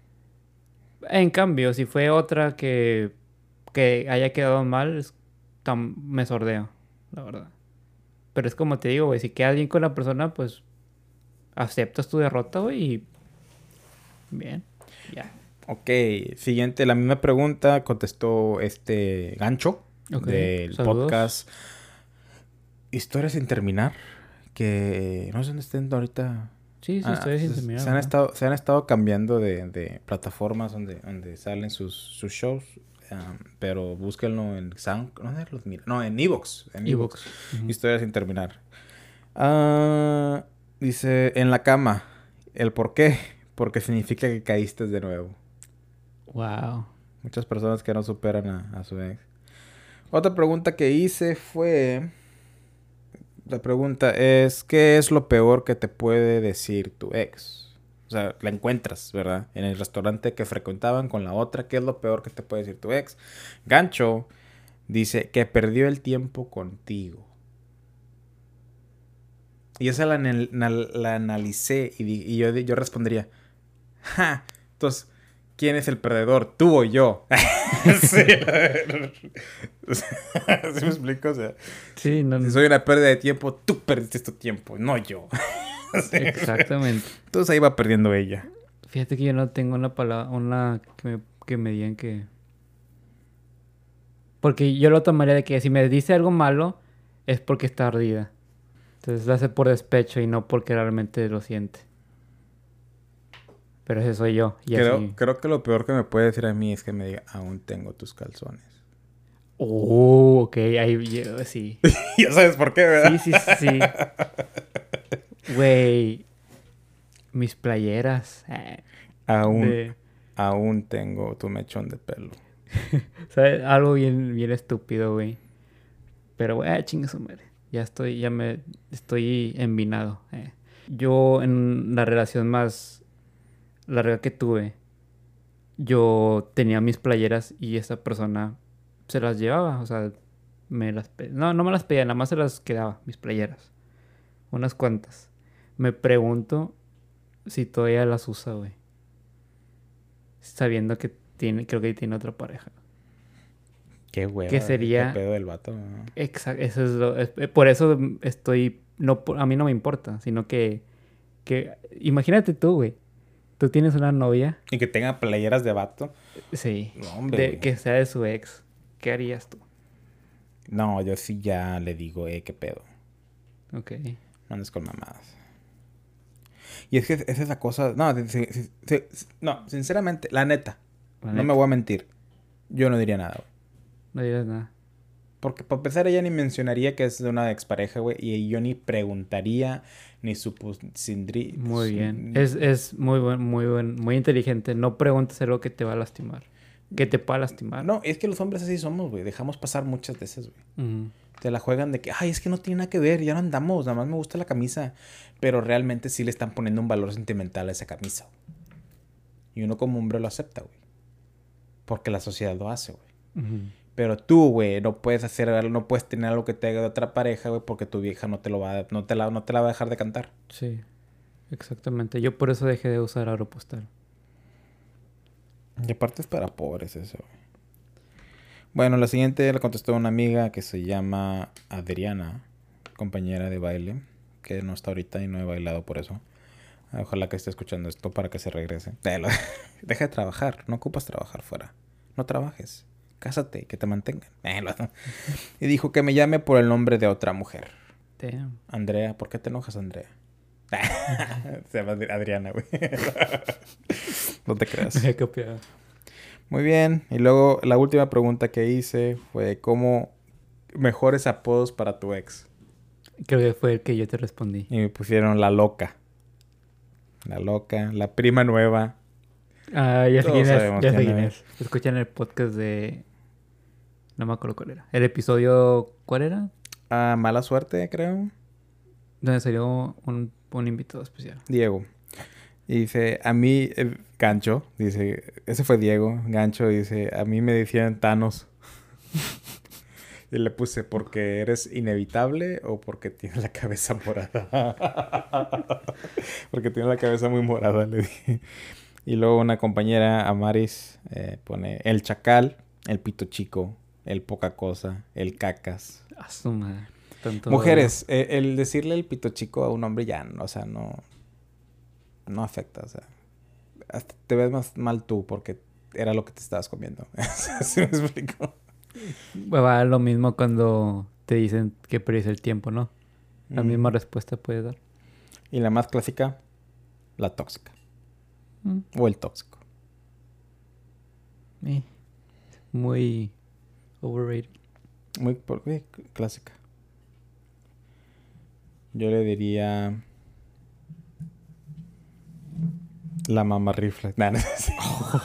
En cambio, si fue otra que, que haya quedado mal, es- tam- me sordeo, la verdad. Pero es como te digo, güey, si quedas bien con la persona, pues aceptas tu derrota, güey, y bien, ya. Ok, siguiente, la misma pregunta contestó este Gancho Ok, del saludos. podcast Historias sin terminar, que no sé dónde estén ahorita. Sí, sí, Ah, estoy sin se- terminar. se han ¿no? estado se han estado cambiando de, de plataformas donde, donde salen sus, sus shows, um, pero búsquenlo en Sound, ¿dónde los mira? No, en Evox, en Evox. Evox. Ujú. Historias sin terminar. Ah, dice en la cama, el por qué, porque significa que caíste de nuevo. Wow. Muchas personas que no superan a, a su ex. Otra pregunta que hice fue... La pregunta es... ¿Qué es lo peor que te puede decir tu ex? O sea, la encuentras, ¿verdad? En el restaurante que frecuentaban con la otra. ¿Qué es lo peor que te puede decir tu ex? Gancho dice que perdió el tiempo contigo. Y esa la, anal- la, la analicé y, di- y yo, yo respondería... ¡Ja! Entonces... ¿quién es el perdedor? ¿Tú o yo? Sí. ¿Sí me explico? O sea, Sí, no, si soy una pérdida de tiempo, tú perdiste tu tiempo, no yo. Sí. Exactamente. Entonces ahí va perdiendo ella. Fíjate que yo no tengo una palabra, una que me, que me digan que... Porque yo lo tomaría de que si me dice algo malo, es porque está ardida. Entonces lo hace por despecho y no porque realmente lo siente. Pero ese soy yo. Y Creo, así... creo que lo peor que me puede decir a mí es que me diga, aún tengo tus calzones. Oh, ok, ahí yo, sí. Ya sabes por qué, ¿verdad? Sí, sí, sí. Güey, mis playeras. eh, Aún, de... aún tengo tu mechón de pelo. ¿Sabes? Algo bien, bien estúpido, güey. Pero, güey, ah, chingue su madre. Ya estoy, ya me estoy envinado. eh. Yo en la relación más larga que tuve, yo tenía mis playeras y esa persona se las llevaba. O sea, me las pe- no, no me las pedía, nada más se las quedaba, mis playeras. Unas cuantas. Me pregunto si todavía las usa, güey. Sabiendo que tiene, creo que tiene otra pareja. Qué hueva, Que qué sería... pedo del vato, ¿no? Exacto, eso es lo... es- eh, por eso estoy... No, por- a mí no me importa, sino que... que imagínate tú, güey. Tú tienes una novia. Y que tenga playeras de vato. Sí. No, hombre, De, güey. que sea de su ex. ¿Qué harías tú? No, yo sí ya le digo, eh, qué pedo. Ok. No andes con mamadas. Y es que es esa cosa... No, si- si- si- si- no, sinceramente, la neta. La No neta. me voy a mentir. Yo no diría nada, güey. No digas nada. Porque para empezar ella ni mencionaría que es de una expareja, güey. Y yo ni preguntaría, ni supondría... Muy bien. Es, es muy buen, muy buen, muy inteligente. No preguntes algo que te va a lastimar. Que te pueda lastimar. No, es que los hombres así somos, güey. Dejamos pasar muchas veces, güey. Ujú. Te la juegan de que, ay, es que no tiene nada que ver, ya no andamos, nada más me gusta la camisa. Pero realmente sí le están poniendo un valor sentimental a esa camisa, güey. Y uno como hombre lo acepta, güey. Porque la sociedad lo hace, güey. Ujú. Pero tú, güey, no puedes hacer algo, no puedes tener algo que te haga de otra pareja, güey, porque tu vieja no te lo va a, no te la, no te la va a dejar de cantar. Sí. Exactamente. Yo por eso dejé de usar Aeropostal. Y aparte es para pobres eso, güey. Bueno, la siguiente la contestó una amiga que se llama Adriana, compañera de baile, que no está ahorita y no he bailado por eso. Ojalá que esté escuchando esto para que se regrese. Deja de trabajar, no ocupas trabajar fuera. No trabajes, cásate, que te mantengan. Y dijo que me llame por el nombre de otra mujer. Damn. Andrea, ¿por qué te enojas, Andrea? Se llama Adriana, güey. No te creas. Me he copiado. Muy bien. Y luego la última pregunta que hice fue ¿cómo mejores apodos para tu ex? Creo que fue el que yo te respondí. Y me pusieron la loca. La loca, la prima nueva. Ah, ya sé Todos quién es. sabemos Ya sé quién quién es. es. Escuchan el podcast de... No me acuerdo cuál era. El episodio... ¿Cuál era? Ah, mala suerte, creo. Donde salió un, un invitado especial. Diego. Y dice, a mí, eh, Gancho, dice, ese fue Diego, Gancho, dice, a mí me decían Thanos. Y le puse, ¿porque eres inevitable o porque tienes la cabeza morada? Porque tiene la cabeza muy morada, le dije. Y luego una compañera, Amaris, eh, pone el chacal, el pito chico, el poca cosa, el cacas. A su madre. Tanto Mujeres, eh, el decirle el pito chico a un hombre ya, o sea, no... No afecta, o sea... Hasta te ves más mal tú porque era lo que te estabas comiendo. ¿Sí me explico? odio. Va lo mismo cuando te dicen que pierdes el tiempo, ¿no? La Mm. misma respuesta puedes dar. Y la más clásica, la tóxica. Mm. O el tóxico. Eh, Muy overrated. Muy por- eh, clásica. Yo le diría... La mamá rifle. Nah, no sé.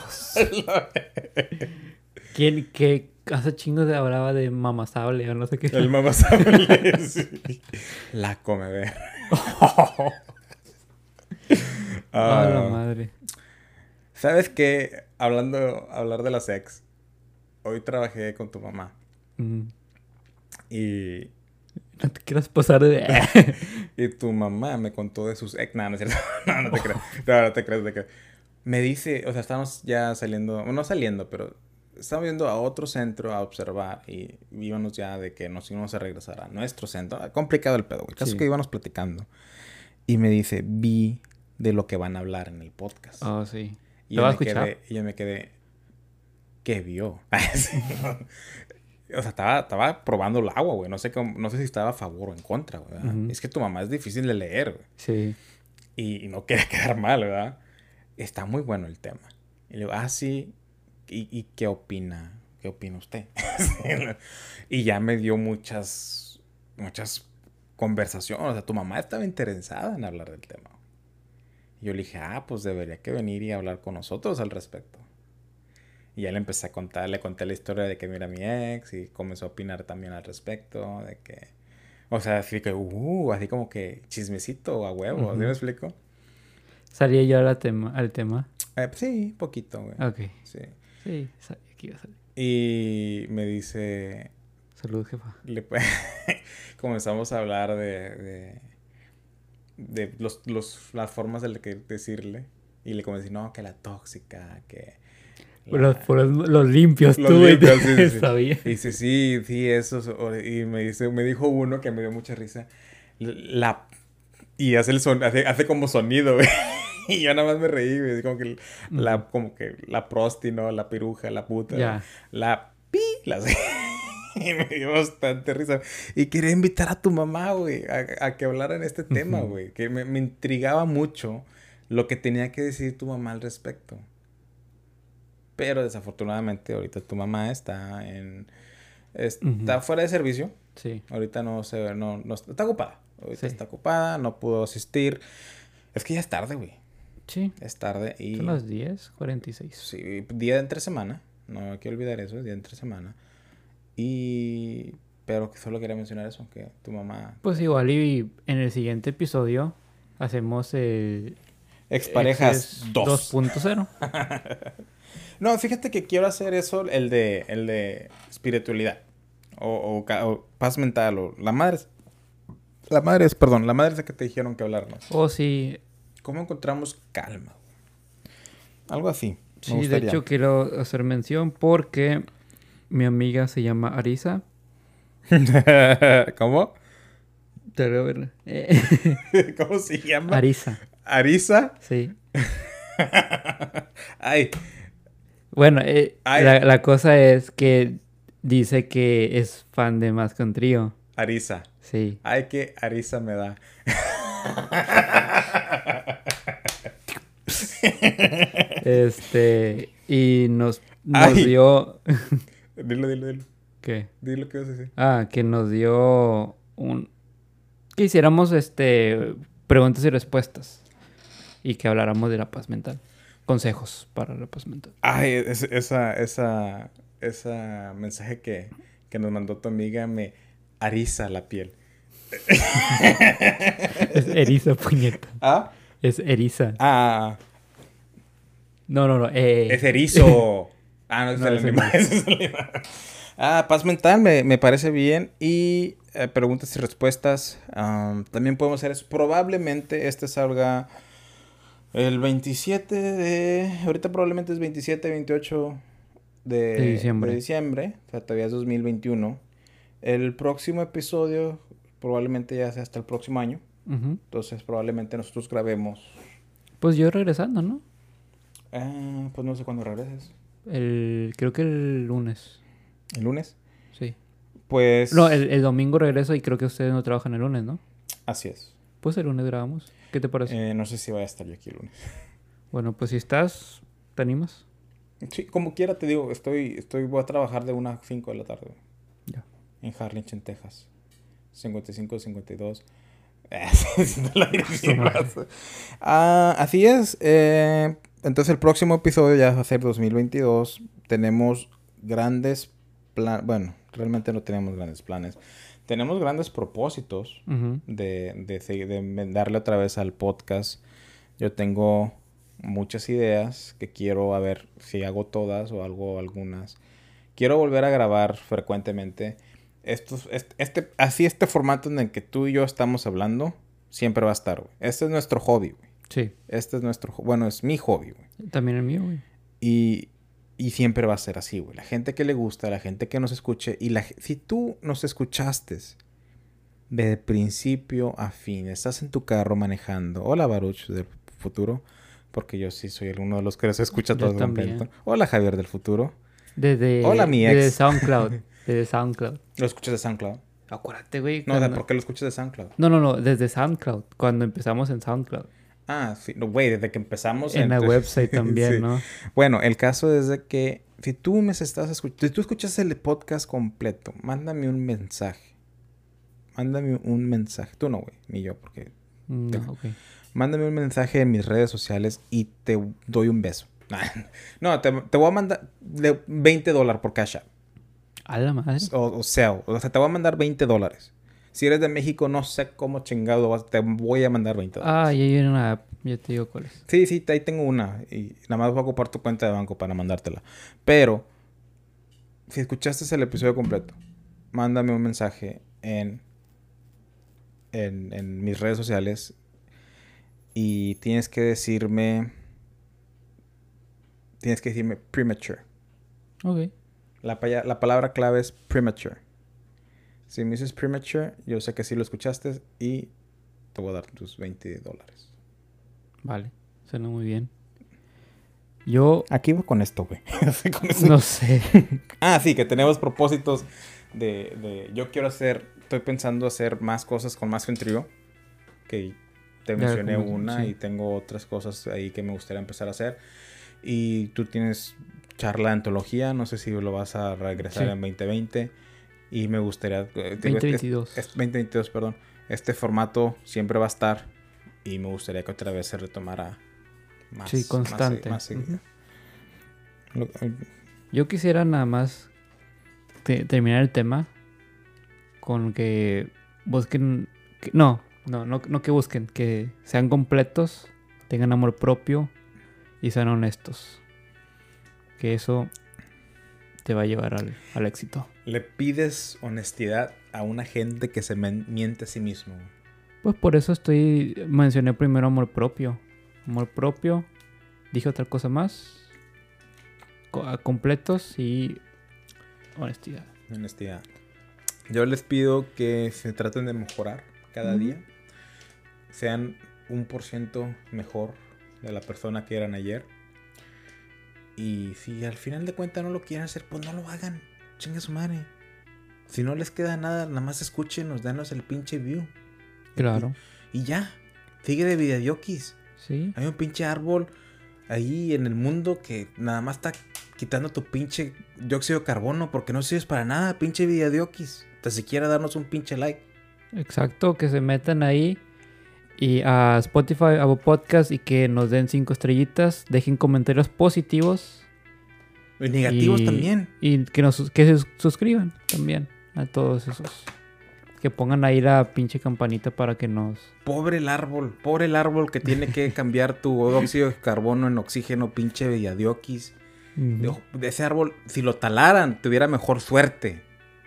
¿Quién que hace chingos de hablaba de mamasable o no sé qué? El mamá sable. Sí. La come ver. Ah, la Ah, madre. ¿sabes qué? Hablando, hablar de las ex. Hoy trabajé con tu mamá. Mm. Y, No te quieras pasar de... y tu mamá me contó de sus ex. No, no es cierto. No, no te creas. No, no te creas. No te creas. me dice, o sea, estamos ya saliendo, no saliendo, pero estamos yendo a otro centro a observar y íbamos ya de que nos íbamos a regresar a nuestro centro. Complicado el pedo, güey. El caso es Sí. que íbamos platicando y me dice, vi de lo que van a hablar en el podcast. Oh, sí. Y ¿Lo yo vas a me escuchar? quedé, y yo me quedé, ¿qué vio? Sí, ¿no? O sea, estaba, estaba probando el agua, güey. No sé cómo, no sé si estaba a favor o en contra, güey. ¿Verdad? Ujú. Es que tu mamá es difícil de leer, güey. Sí. Y, y no quería quedar mal, ¿verdad? Está muy bueno el tema. Y le digo, ah, sí. ¿Y, y qué opina? ¿Qué opina usted? Y ya me dio muchas, muchas conversaciones. O sea, tu mamá estaba interesada en hablar del tema. Y yo le dije, ah, pues debería que venir y hablar con nosotros al respecto. Y ya le empecé a contar, le conté la historia de que mira mi ex y comenzó a opinar también al respecto, de que, o sea, así que, uh, así como que chismecito a huevo, ¿sí me Ujú. explico? Salía yo al tema, al tema. Eh, pues sí, poquito, güey. Ok. Sí. Sí, sabía que iba a salir. Y me dice, Salud, jefa. le, comenzamos a hablar de, de, de los, los, las formas de que decirle. Y le comencé, no, que la tóxica, que Los, la... por los, los limpios, Los tú, güey. limpios, sí, sí, sí. Sabía. Y dice, sí, sí, eso. Y me dice, me dijo uno que me dio mucha risa. La... Y hace el son, hace, hace como sonido, güey. Y yo nada más me reí, güey. Como que la, Ujú. como que la prosti, ¿no? La piruja, la puta. Ya. La pi, la y me dio bastante risa. Y quería invitar a tu mamá, güey, a, a que hablara en este tema, Ujú. güey. Que me, me intrigaba mucho lo que tenía que decir tu mamá al respecto. Pero desafortunadamente ahorita tu mamá está en... Ujú. Está fuera de servicio. Sí. Ahorita no se... No, no está, está ocupada. Ahorita Sí. está ocupada. No pudo asistir. Es que ya es tarde, güey. Sí. Es tarde y... Son las diez cuarenta y seis. Sí, día de entre semana. No hay que olvidar eso. Día de entre semana. Y... Pero que solo quería mencionar eso. Que tu mamá... Pues igual y en el siguiente episodio hacemos el Exparejas Exes dos. dos punto cero. No, fíjate que quiero hacer eso. El de... El de espiritualidad. O, o, ca- o paz mental. O la madre... La madre es... Perdón. La madre es la que te dijeron que hablarnos. O sí, ¿Cómo encontramos calma? Algo así. Me sí, de gustaría. hecho quiero hacer mención porque mi amiga se llama Arisa. ¿Cómo? Te voy a ver. Eh, ¿Cómo se llama? Arisa, ¿Arisa? sí. Ay, Bueno, eh, Ay. la, la cosa es que dice que es fan de Más que un Trío. Arisa. Sí. Ay, qué Arisa me da. Este, y nos, nos Ay. dio... Dilo, dilo, dilo. ¿Qué? Dilo que vas a decir. Ah, que nos dio un... Que hiciéramos, este, preguntas y respuestas. Y que habláramos de la paz mental. Consejos para la paz mental. Ay, es- esa, esa, esa mensaje que, que nos mandó tu amiga me ariza la piel. Es eriza, puñeta. ¿Ah? Es eriza. Ah, No, no, no. Eh, es erizo. Ah, no, es No, el ese animal. no. Ese es el animal. Ah, paz mental me, me parece bien. Y eh, preguntas y respuestas. Am, también podemos hacer eso. Probablemente este salga el veintisiete de... Ahorita probablemente es veintisiete, veintiocho de, De diciembre. de diciembre. O sea, todavía es dos mil veintiuno. El próximo episodio probablemente ya sea hasta el próximo año. Ujú. Entonces probablemente nosotros grabemos... Pues yo regresando, ¿no? ah, pues no sé cuándo regreses. El, creo que el lunes. ¿El lunes? Sí. Pues... No, el, el domingo regreso y creo que ustedes no trabajan el lunes, ¿no? Así es. Pues el lunes grabamos. ¿Qué te parece? Eh, no sé si vaya a estar yo aquí el lunes. Bueno, pues si estás, ¿te animas? Sí, como quiera te digo, estoy, estoy, voy a trabajar de una a cinco de la tarde. Ya. En Harlingen, Texas. cincuenta y cinco cincuenta y dos. Haciendo la dirección. Ah, así es. eh, entonces el próximo episodio ya va a ser dos mil veintidós. Tenemos grandes planes. Bueno, realmente no tenemos grandes planes. Tenemos grandes propósitos Ujú. de, de, segui- de darle otra vez al podcast. Yo tengo muchas ideas que quiero a ver si hago todas o algo algunas. Quiero volver a grabar frecuentemente. Estos, este, este, así este formato en el que tú y yo estamos hablando siempre va a estar, güey. Este es nuestro hobby, güey. Sí. Este es nuestro... Bueno, es mi hobby, güey. También el mío, güey. Y, y siempre va a ser así, güey. La gente que le gusta, la gente que nos escuche. Y la, si tú nos escuchaste de principio a fin, estás en tu carro manejando. Hola, Baruch del futuro. Porque yo sí soy uno de los que los escucha Yo todo también. completo. Hola, Javier del futuro. Desde, Hola, mi ex. desde SoundCloud. Desde SoundCloud. ¿Lo escuchas de SoundCloud? Acuérdate, güey. No, o sea, cuando- ¿por qué lo escuchas de SoundCloud? No, no, no. Desde SoundCloud. Cuando empezamos en SoundCloud. Ah, sí. No, güey, desde que empezamos... En la entre- website también, Sí. ¿no? Bueno, el caso es de que si tú me estás escuchando, si tú escuchas el podcast completo, mándame un mensaje. Mándame un mensaje. Tú no, güey, ni yo, porque... No, ok. Mándame un mensaje en mis redes sociales y te doy un beso. No, te, te voy a mandar de veinte dólares por Cash App. A la madre. O, o sea, o sea, te voy a mandar veinte dólares. Si eres de México, no sé cómo chingado vas, te voy a mandar veinte dólares. Ah, ya hay una app. Ya te digo cuál es. Sí, sí, ahí tengo una. Y nada más voy a ocupar tu cuenta de banco para mandártela. Pero, si escuchaste el episodio completo, mándame un mensaje en, en, en mis redes sociales. Y tienes que decirme... Tienes que decirme premature. Ok. La, pa- la palabra clave es premature. Si me dices premature, yo sé que sí lo escuchaste y te voy a dar tus veinte dólares. Vale. Suena muy bien. Yo... Aquí va con esto, güey. Con eso. No sé. Ah, sí, que tenemos propósitos de, de... Yo quiero hacer... Estoy pensando hacer más cosas con Más que un Trío. Que te Ya, mencioné como- una sí. y tengo otras cosas ahí que me gustaría empezar a hacer. Y tú tienes charla de antología. No sé si lo vas a regresar Sí. en veinte veinte. Y me gustaría... eh, digo, veinte este- veintidós. este- veinte veintidós, perdón. Este formato siempre va a estar. Y me gustaría que otra vez se retomara más. Sí, constante. Más, más seguido. Ujú. Lo- eh, Yo quisiera nada más te- terminar el tema con que busquen... que- no, no, no, no que busquen. Que sean completos, tengan amor propio y sean honestos. Que eso te va a llevar al, al éxito. Le pides honestidad a una gente que se men- miente a sí mismo. Pues por eso estoy... Mencioné primero amor propio. Amor propio. Dije otra cosa más. Co- a completos y honestidad. Honestidad. Yo les pido que se traten de mejorar cada Ujú. día. Sean un por ciento mejor de la persona que eran ayer. Y si al final de cuentas no lo quieren hacer, pues no lo hagan. Chinga su madre. Si no les queda nada, nada más escúchenos, danos el pinche view. Claro. Y ya. Sigue de videodiokis. Sí. Hay un pinche árbol ahí en el mundo que nada más está quitando tu pinche dióxido de carbono porque no sirves para nada, pinche videodiokis. Hasta siquiera darnos un pinche like. Exacto, que se metan ahí y a Spotify, a Podcast y que nos den cinco estrellitas, dejen comentarios positivos. Y negativos y, también. Y que, nos, sus- que se suscriban también a todos esos. Que pongan ahí la pinche campanita para que nos... Pobre el árbol, pobre el árbol que tiene que cambiar tu dióxido de carbono en oxígeno, pinche videodiokis. De, de ese árbol, si lo talaran, tuviera mejor suerte.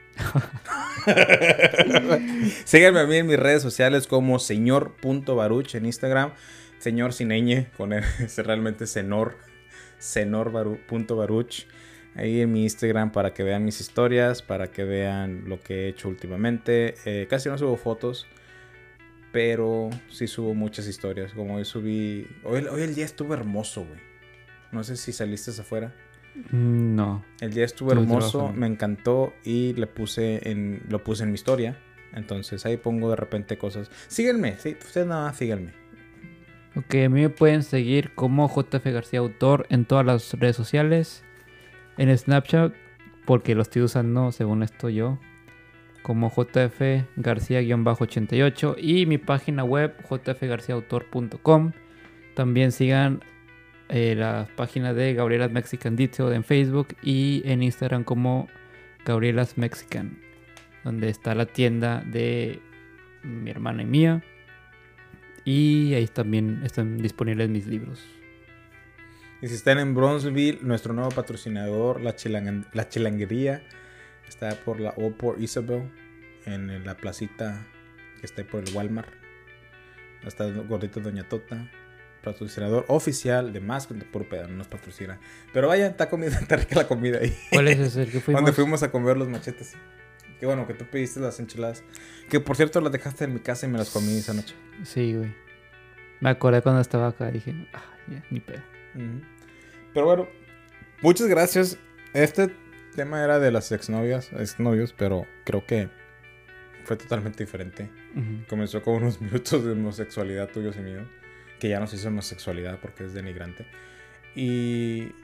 Síganme a mí en mis redes sociales como señor.baruch en Instagram. Señor sin ñ, con él, es realmente senor. senor.baruch. Ahí en mi Instagram para que vean mis historias, para que vean lo que he hecho últimamente. Eh, casi no subo fotos, pero sí subo muchas historias. Como hoy subí... Hoy, hoy el día estuvo hermoso, güey. No sé si saliste afuera. No. El día estuvo Estuve hermoso, trabajando. me encantó y le puse en, lo puse en mi historia. Entonces ahí pongo de repente cosas. Síguenme, sí, ustedes nada más síguenme. Ok, a mí me pueden seguir como J F García Autor en todas las redes sociales. En Snapchat, porque lo estoy usando según esto yo, como J F García-ochenta y ocho. Y mi página web, j f garcía autor punto com. También sigan eh, la página de Gabrielas Mexican Detail en Facebook y en Instagram como Gabrielas Mexican, donde está la tienda de mi hermana y mía. Y ahí también están disponibles mis libros. Y si están en Bronzeville, nuestro nuevo patrocinador, la, Chilang la Chilanguería, está por la Old Port Isabel, en la placita que está ahí por el Walmart. Está Gordito Doña Tota. patrocinador oficial de Más que Puro Pedo, no nos patrocina. Pero vaya, está comida, está rica la comida ahí. ¿Cuál es ese? ¿El que fuimos? Donde fuimos a comer los machetes. Qué bueno que tú pediste las enchiladas. Que por cierto las dejaste en mi casa y me las comí esa noche. Sí, güey. Me acordé cuando estaba acá y dije, ah, ya, ni pedo. Uh-huh. Pero bueno, muchas gracias. Este tema era de las exnovias, exnovios, pero creo que fue totalmente diferente. Uh-huh. Comenzó con unos minutos de homosexualidad tuyos y míos, que ya no se hizo homosexualidad porque es denigrante. Y...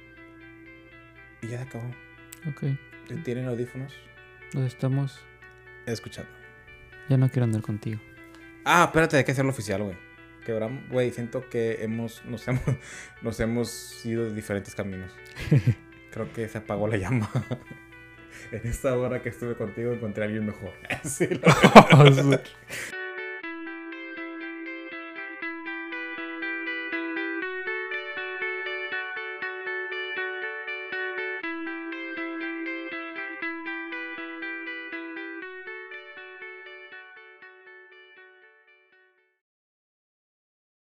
Y ya acabó. Ok. ¿Tienen audífonos? Los estamos... escuchando. Ya no quiero andar contigo. Ah, espérate, hay que hacerlo oficial, güey. Quebramos, güey, siento que hemos, nos hemos, nos hemos ido de diferentes caminos. Creo que se apagó la llama. En esta hora que estuve contigo encontré a alguien mejor. Sí, lo...